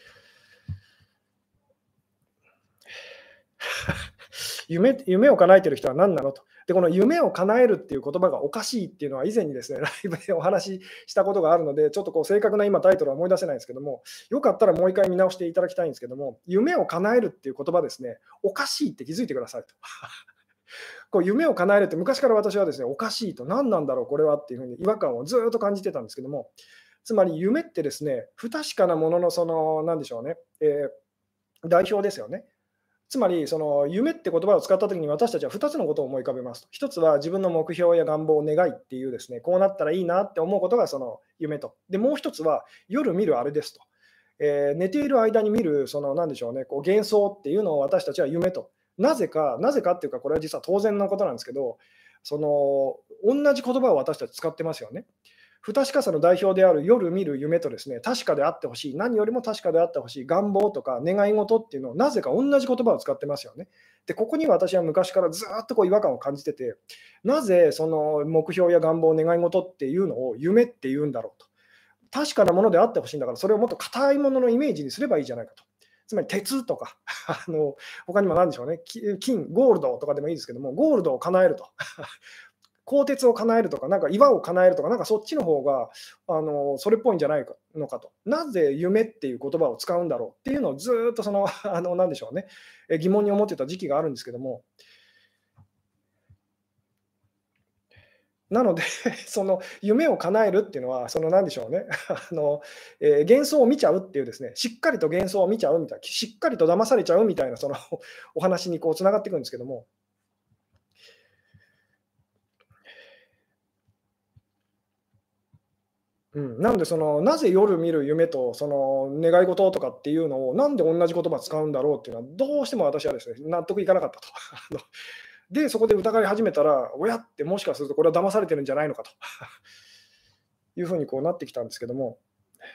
[SPEAKER 1] 夢を叶えてる人は何なのと。で、この夢を叶えるっていう言葉がおかしいっていうのは以前にですね、ライブでお話ししたことがあるので、ちょっと正確な今タイトルは思い出せないんですけども、よかったらもう一回見直していただきたいんですけども、夢を叶えるっていう言葉ですね、おかしいって気づいてくださいと。夢を叶えるって昔から私はですね、おかしいと、何なんだろうこれはっていうふうに違和感をずっと感じてたんですけども、つまり夢ってですね、不確かなもののなんでしょうね、代表ですよね。つまり、夢って言葉を使ったときに私たちは2つのことを思い浮かべますと。1つは自分の目標や願望、願いっていうですね、こうなったらいいなって思うことがその夢と。で、もう1つは夜見るあれですと。寝ている間に見る、なんでしょうね、幻想っていうのを私たちは夢と。なぜかっていうか、これは実は当然のことなんですけど、同じ言葉を私たち使ってますよね。不確かさの代表である夜見る夢とですね、確かであってほしい、何よりも確かであってほしい願望とか願い事っていうのをなぜか同じ言葉を使ってますよね。で、ここに私は昔からずっと違和感を感じてて、なぜその目標や願望、願い事っていうのを夢って言うんだろうと。確かなものであってほしいんだから、それをもっと硬いもののイメージにすればいいじゃないかと。つまり鉄とか、他にも何でしょうね、金、ゴールドとかでもいいですけども、ゴールドを叶えると。鋼鉄を叶えるとか、なんか岩を叶えるとか、なんかそっちの方がそれっぽいんじゃないのかと。なぜ夢っていう言葉を使うんだろうっていうのをずっとなんでしょうね、疑問に思ってた時期があるんですけども、 なのでその夢を叶えるっていうのは、そのなんでしょうね、あの、幻想を見ちゃうっていうですね、しっかりと幻想を見ちゃうみたいな、しっかりと騙されちゃうみたいなそのお話にこう繋がっていくんですけども、うん、なのでその、なぜ夜見る夢とその願い事とかっていうのを、なんで同じ言葉使うんだろうっていうのは、どうしても私はですね、納得いかなかったと。あので、そこで疑い始めたら、親ってもしかするとこれは騙されてるんじゃないのかというふうにこうなってきたんですけども、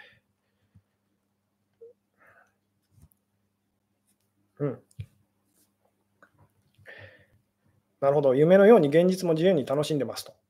[SPEAKER 1] うん、なるほど、夢のように現実も自由に楽しんでますと。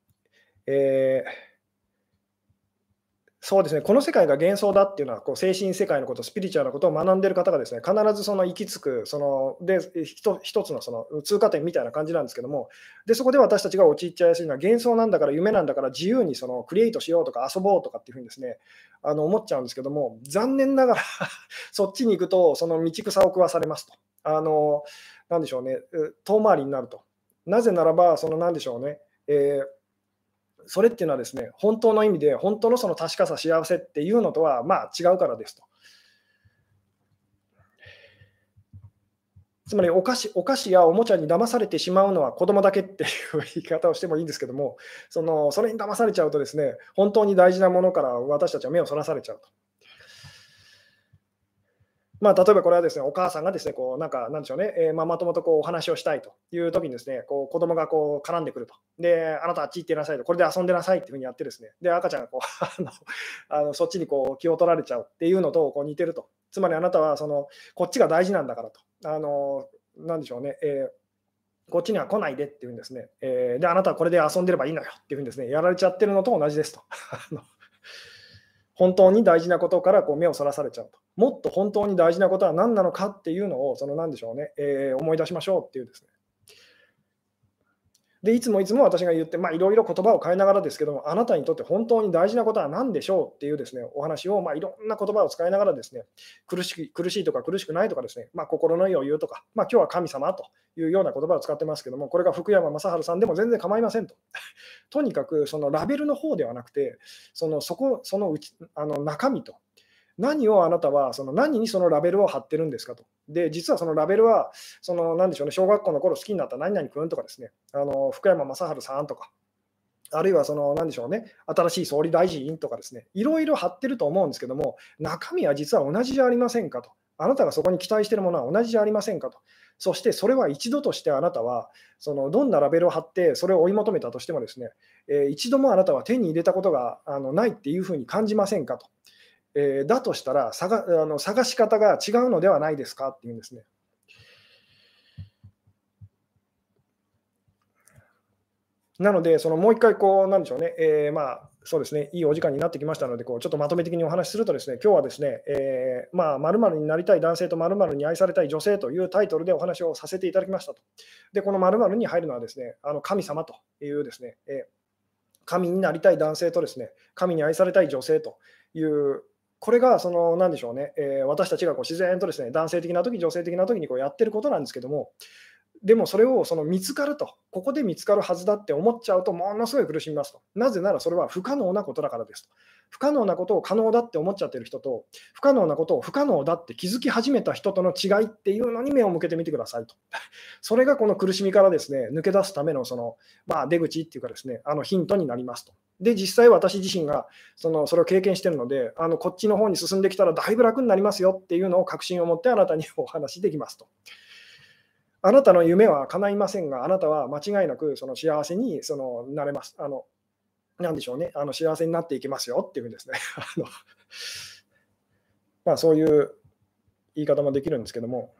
[SPEAKER 1] そうですね、この世界が幻想だっていうのは、こう精神世界のこと、スピリチュアルなことを学んでいる方がですね、必ずその行き着く、その、で、一つのその通過点みたいな感じなんですけども、で、そこで私たちが陥っちゃいやすいのは、幻想なんだから夢なんだから自由にそのクリエイトしようとか遊ぼうとかっていうふうにですね、思っちゃうんですけども、残念ながらそっちに行くと、その道草を食わされますと。なんでしょうね、遠回りになると。なぜならば、そのなんでしょうね、それっていうのはですね、本当の意味で、本当のその確かさ、幸せっていうのとは、まあ、違うからですと。つまりお菓子やおもちゃに騙されてしまうのは子供だけっていう言い方をしてもいいんですけども、それに騙されちゃうとですね、本当に大事なものから私たちは目をそらされちゃうと。まあ、例えばこれはですね、お母さんがですね、こうなんか、なんでしょうね、ママ友とこうお話をしたいという時にですね、こう子供がこう絡んでくると。で、あなたあっち行ってなさいと、これで遊んでなさいっていう風にやってですね、で、赤ちゃんがこうそっちにこう気を取られちゃうっていうのとこう似てると。つまりあなたはそのこっちが大事なんだからと。なんでしょうね、こっちには来ないでっていうんですね、で、あなたはこれで遊んでればいいのよっていう風にですね、やられちゃってるのと同じですと。本当に大事なことからこう目をそらされちゃうと。もっと本当に大事なことは何なのかっていうのを、その何でしょうね、思い出しましょうっていうですね。で、いつもいつも私が言って、まあ、いろいろ言葉を変えながらですけども、あなたにとって本当に大事なことは何でしょうっていうですね、お話を、まあ、いろんな言葉を使いながらですね、苦しいとか苦しくないとかですね、まあ、心の余裕とか、まあ、今日は神様というような言葉を使ってますけども、これが福山雅治さんでも全然構いませんと。とにかくそのラベルの方ではなくて、そのうち中身と、何をあなたは、何にそのラベルを貼ってるんですかと。で、実はそのラベルは、なんでしょうね、小学校の頃好きになった何々君とかですね、福山雅治さんとか、あるいはなんでしょうね、新しい総理大臣とかですね、いろいろ貼ってると思うんですけども、中身は実は同じじゃありませんかと。あなたがそこに期待しているものは同じじゃありませんかと。そしてそれは一度としてあなたは、どんなラベルを貼ってそれを追い求めたとしてもですね、一度もあなたは手に入れたことがないっていうふうに感じませんかと。だとしたら、探し方が違うのではないですかっていうんですね。なので、もう一回こう、なんでしょうね、まあ、そうですね、いいお時間になってきましたので、こうちょっとまとめ的にお話しするとですね、今日はですね、まあ、〇〇になりたい男性と〇〇に愛されたい女性というタイトルでお話をさせていただきましたと。で、この〇〇に入るのはですね、神様というですね、神になりたい男性とですね、神に愛されたい女性という、これがなんでしょうね、私たちがこう自然とですね、男性的な時、女性的な時にこうやってることなんですけども、でもそれを見つかると、ここで見つかるはずだって思っちゃうと、ものすごい苦しみますと。なぜならそれは不可能なことだからですと。不可能なことを可能だって思っちゃってる人と、不可能なことを不可能だって気づき始めた人との違いっていうのに目を向けてみてくださいと。それがこの苦しみからですね、抜け出すためのまあ、出口っていうかですね、ヒントになりますと。で、実際私自身がそれを経験しているので、こっちの方に進んできたらだいぶ楽になりますよっていうのを確信を持ってあなたにお話しできますと。あなたの夢は叶いませんが、あなたは間違いなくその幸せになれます。なんでしょうね、幸せになっていきますよっていうふうにですね、まあ、そういう言い方もできるんですけども、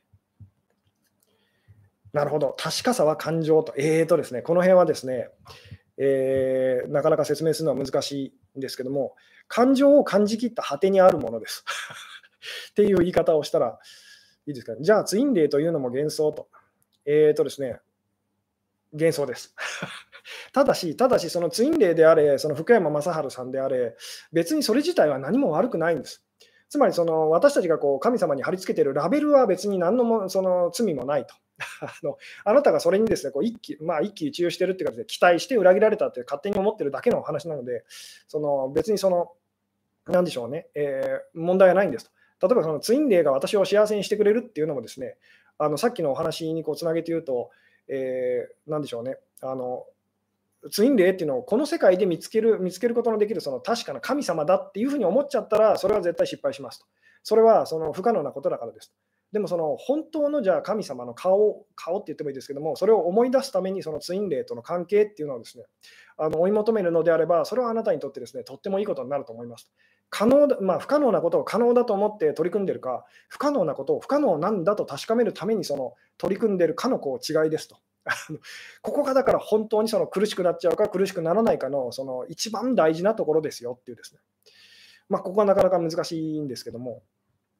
[SPEAKER 1] なるほど、確かさは感情と、ですね、この辺はですね、なかなか説明するのは難しいんですけども、感情を感じきった果てにあるものです。っていう言い方をしたらいいですかね。じゃあ、ツインレイというのも幻想と。ですね、幻想です。ただし、そのツインレイであれ、その福山雅治さんであれ、別にそれ自体は何も悪くないんです。つまり私たちがこう神様に貼り付けているラベルは別に何のもその罪もないと。 あなたがそれにですね、こう一喜一憂してるっていうかですね、期待して裏切られたって勝手に思ってるだけの話なので、別になんでしょうね、問題はないんですと。例えばそのツインレイが私を幸せにしてくれるっていうのもですね、さっきのお話にこうつなげて言うと、なんでしょうね、ツインレイっていうのをこの世界で見つけることのできるその確かな神様だっていうふうに思っちゃったら、それは絶対失敗しますと。それはその不可能なことだからです。でもその本当のじゃあ神様の顔って言ってもいいですけども、それを思い出すためにそのツインレイとの関係っていうのをですね、追い求めるのであれば、それはあなたにとってですね、とってもいいことになると思います。不可能なことを可能だと思って取り組んでいるか、不可能なことを不可能なんだと確かめるために取り組んでいるかのこう違いですと。ここがだから本当に苦しくなっちゃうか苦しくならないかの一番大事なところですよっていうですね。ここはなかなか難しいんですけども、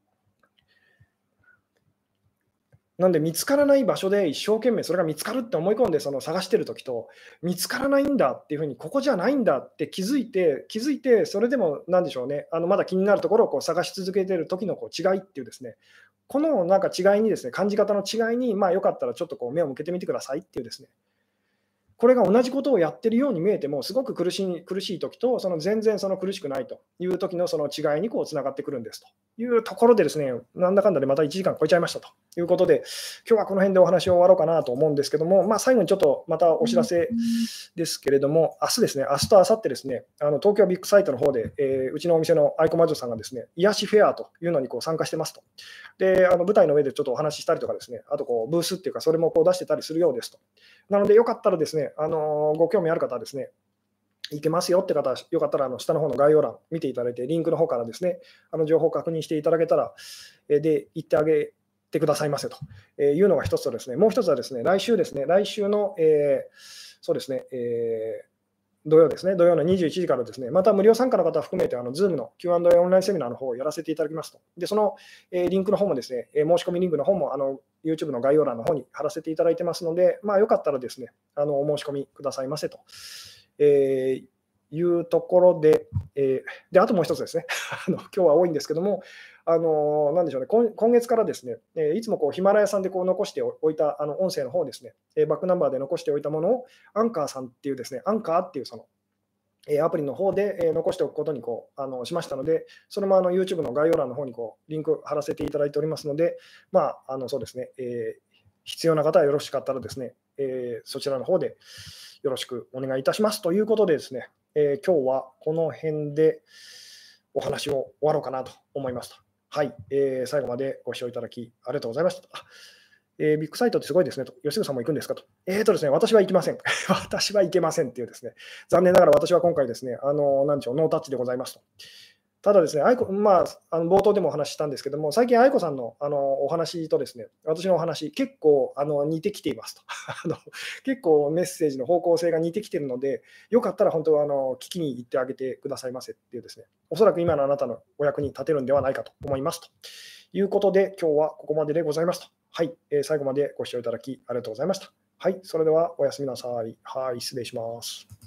[SPEAKER 1] なんで見つからない場所で一生懸命それが見つかるって思い込んで探してる時と、見つからないんだっていうふうに、ここじゃないんだって気づいて、それでもなんでしょうね、まだ気になるところをこう探し続けている時のこう違いっていうですね、このなんか違いにですね、感じ方の違いに、よかったらちょっとこう目を向けてみてくださいっていうですね。これが同じことをやってるように見えても、すごく苦しい時と、全然苦しくないという時のその違いにこうつながってくるんですというところでですね、なんだかんだでまた1時間超えちゃいましたということで、今日はこの辺でお話を終わろうかなと思うんですけども、最後にちょっとまたお知らせですけれども、明日ですね、明日、明後日ですね、東京ビッグサイトの方で、うちのお店の愛子魔女さんがですね、癒しフェアというのにこう参加してますと。で、舞台の上でちょっとお話ししたりとかですね、あとこうブースっていうか、それもこう出してたりするようですと。なので、よかったらですね、ご興味ある方はですね、行けますよって方は、よかったら下の方の概要欄見ていただいて、リンクの方からですね、情報を確認していただけたら、で、行ってあげてくださいませというのが一つとですね、もう一つはですね、来週ですね、来週の、そうですね、土曜ですね、土曜の21時からですね、また無料参加の方含めて、Zoom の Q&A オンラインセミナーの方をやらせていただきますと。で、その、リンクの方もですね、申し込みリンクの方もYouTube の概要欄の方に貼らせていただいてますので、よかったらですね、お申し込みくださいませと。いうところで、で、あともう一つですね、今日は多いんですけども、なんでしょうね、今月からですね、いつもこうヒマラヤさんでこう残しておいた音声の方をですね、バックナンバーで残しておいたものを、アンカーさんっていうですね、アンカーっていうアプリの方で残しておくことにしましたので、それもYouTube の概要欄の方にリンク貼らせていただいておりますので、そうですね、必要な方はよろしかったらですね、そちらの方でよろしくお願いいたしますということでですね、今日はこの辺でお話を終わろうかなと思いますと。はい、最後までご視聴いただきありがとうございましたと。ビッグサイトってすごいですねと。吉野さんも行くんですかと。ですね、私は行きません。私は行けませんっていうですね。残念ながら私は今回ですね、なんでしょう、ノータッチでございますと。ただですね、冒頭でもお話ししたんですけども、最近、愛子さんのお話とですね、私のお話、結構似てきていますと結構メッセージの方向性が似てきているので、よかったら本当は聞きに行ってあげてくださいませっていうですね、おそらく今のあなたのお役に立てるんではないかと思いますということで、今日はここまででございますと。はい、最後までご視聴いただきありがとうございました。はい、それではおやすみなさい。はい、失礼します。